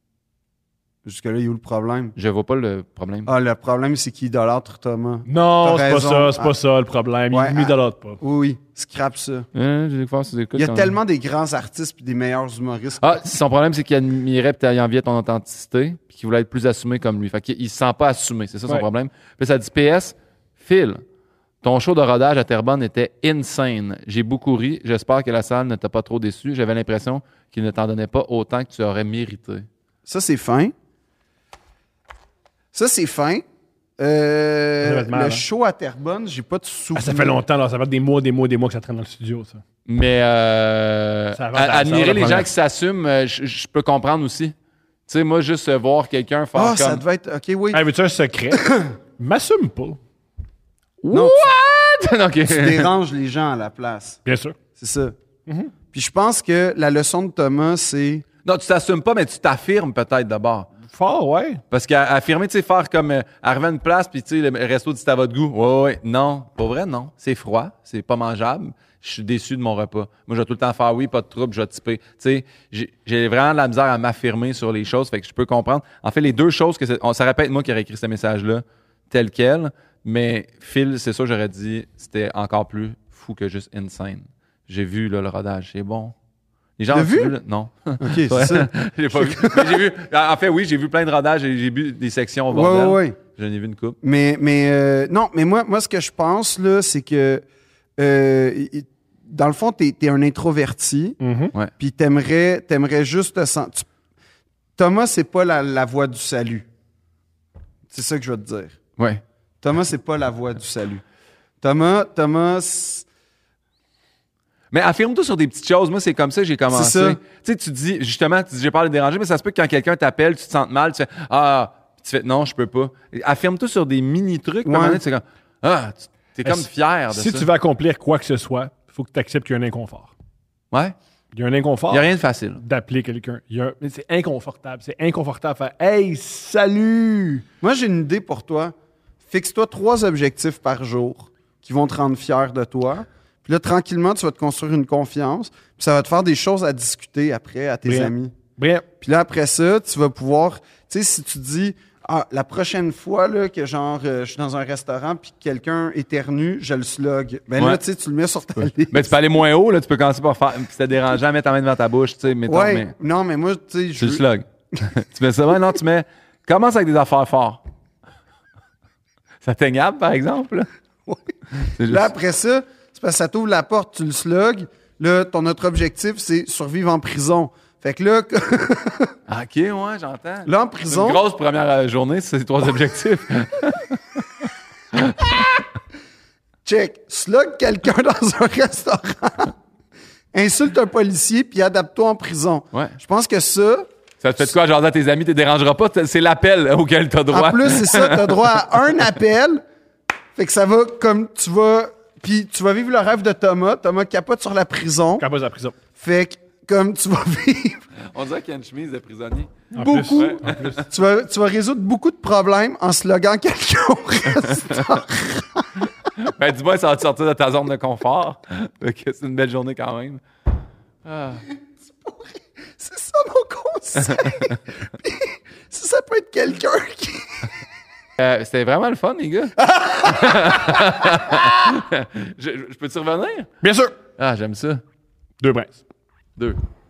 Jusque-là, il y a où le problème? Je vois pas le problème. Ah, le problème, c'est qu'il idolâtre Thomas. Non, T'as c'est pas raison. ça, c'est Ah. pas ça le problème. Ouais, Il ah. m'idolâtre pas. Oui, oui, scrape ça. Hein, j'ai découvert sous-écoute Il y a quand- tellement des grands artistes puis des meilleurs humoristes. Ah, son problème, c'est qu'il admirait et il enviait ton authenticité puis qu'il voulait être plus assumé comme lui. Fait qu'il il se sent pas assumé. C'est ça son Ouais. problème. Puis ça dit P S, Phil, ton show de rodage à Terrebonne était insane. J'ai beaucoup ri. J'espère que la salle ne t'a pas trop déçu. J'avais l'impression qu'il ne t'en donnait pas autant que tu aurais mérité. Ça, c'est fin. Ça, c'est fin. Euh, Ça va être mal, le hein? show à Terrebonne, j'ai pas de souvenir. Ah, ça fait longtemps, là. Ça fait des mois, des mois, des mois que ça traîne dans le studio, ça. Mais euh, Ça va, a- ça va, admirer la les gens première. qui s'assument, euh, je je peux comprendre aussi. Tu sais, moi, juste euh, voir quelqu'un faire Ah, ça comme... devait être... OK, oui. Hey, veux-tu un secret? M'assume pas. Non, OK. tu déranges les gens à la place. Bien sûr. C'est ça. Puis je pense que la leçon de Thomas, c'est... Non, tu t'assumes pas, mais tu t'affirmes peut-être d'abord. Fort, ouais. Parce qu'affirmer, tu sais, faire comme euh, arriver à une place, puis tu sais, le resto dit c'est à votre goût. Ouais, ouais, non. Pour vrai, non. C'est froid, c'est pas mangeable. Je suis déçu de mon repas. Moi, je vais tout le temps faire oui, pas de trouble, je vais typer. Tu sais, j'ai- j'ai vraiment de la misère à m'affirmer sur les choses, fait que je peux comprendre. En fait, les deux choses que c'est, on, ça répète moi qui aurait écrit ce message-là, tel quel, mais Phil, c'est ça, j'aurais dit, c'était encore plus fou que juste insane. J'ai vu là, le rodage, c'est bon. Les gens T'as ont vu? le- Non. OK, c'est Ouais. ça. J'ai pas vu. Mais j'ai vu. En fait, oui, j'ai vu plein de rodages et j'ai vu des sections au Ouais, bordel. ouais, ouais. J'en ai vu une coupe. Mais, mais euh, non, mais moi, moi, ce que je pense, là, c'est que euh, il- dans le fond, t'es es un introverti, Mhm. puis t'aimerais t'aimerais juste te sentir... Thomas, c'est pas la, la voie du salut. C'est ça que je veux te dire. Ouais. Thomas, c'est pas la voie du salut. Thomas, Thomas... c'est- Mais affirme-toi sur des petites choses. Moi, c'est comme ça que j'ai commencé. C'est ça. Tu sais, tu dis, justement, tu dis, j'ai peur de déranger, mais ça se peut que quand quelqu'un t'appelle, tu te sens mal, tu fais, ah, puis tu fais, non, je peux pas. Affirme-toi sur des mini-trucs. puis à un Ouais. moment donné, tu fais comme, ah, tu- t'es comme si- fier de Si ça. tu veux accomplir quoi que ce soit, il faut que tu acceptes qu'il y a un inconfort. Ouais. Il y a un inconfort Il n'y a rien de facile. d'appeler quelqu'un. Il y a un- mais c'est inconfortable. C'est inconfortable de faire Hey, salut! Moi, j'ai une idée pour toi. Fixe-toi trois objectifs par jour qui vont te rendre fier de toi. Puis là, tranquillement, tu vas te construire une confiance. Puis ça va te faire des choses à discuter après à tes Brillant. amis. Bref, Puis là, après ça, tu vas pouvoir... Tu sais, si tu dis, ah, la prochaine fois là, que genre, euh, je suis dans un restaurant puis que quelqu'un éternue, je le slug. Ben Ouais. là, tu sais, tu le mets sur ta liste. Mais tu peux aller moins haut, là, tu peux commencer par faire, si t'es dérangeant, mettre ta main devant ta bouche, tu sais, mettons, Ouais, mais non, mais moi, tu sais, tu je le veux- slug. Tu mets ça, ouais, non, tu mets. Commence avec des affaires fortes. Ça t'énerve, par exemple? Là, Oui. C'est juste- Là, après ça, c'est parce que ça t'ouvre la porte, tu le slugs. Là, ton autre objectif, c'est survivre en prison. Fait que là, Ah, OK, ouais, j'entends. là en C'est prison, une grosse première euh, journée, c'est ces trois objectifs. check, slug quelqu'un dans un restaurant, insulte un policier, puis adapte-toi en prison. Ouais. Je pense que ça, Ça te fait de quoi, genre, à tes amis, te dérangera pas? T'as- C'est l'appel auquel t'as droit. en plus, c'est ça, t'as droit à un appel. Fait que ça va comme tu vas... Puis tu vas vivre le rêve de Thomas. Thomas capote sur la prison. Quand pas la prison. Fait que comme tu vas vivre On dirait qu'il y a une chemise de prisonnier. En beaucoup, plus, ouais, en plus. tu vas, tu vas résoudre beaucoup de problèmes en sloguant quelqu'un au restaurant. Ben, dis-moi, ça va te sortir de ta zone de confort. Fait que c'est une belle journée quand même. Ah. C'est ça mon conseil. Puis, si ça peut être quelqu'un qui... Euh, c'était vraiment le fun, les gars. je, je peux-tu revenir? Bien sûr. Ah, j'aime ça. Deux braises. Deux.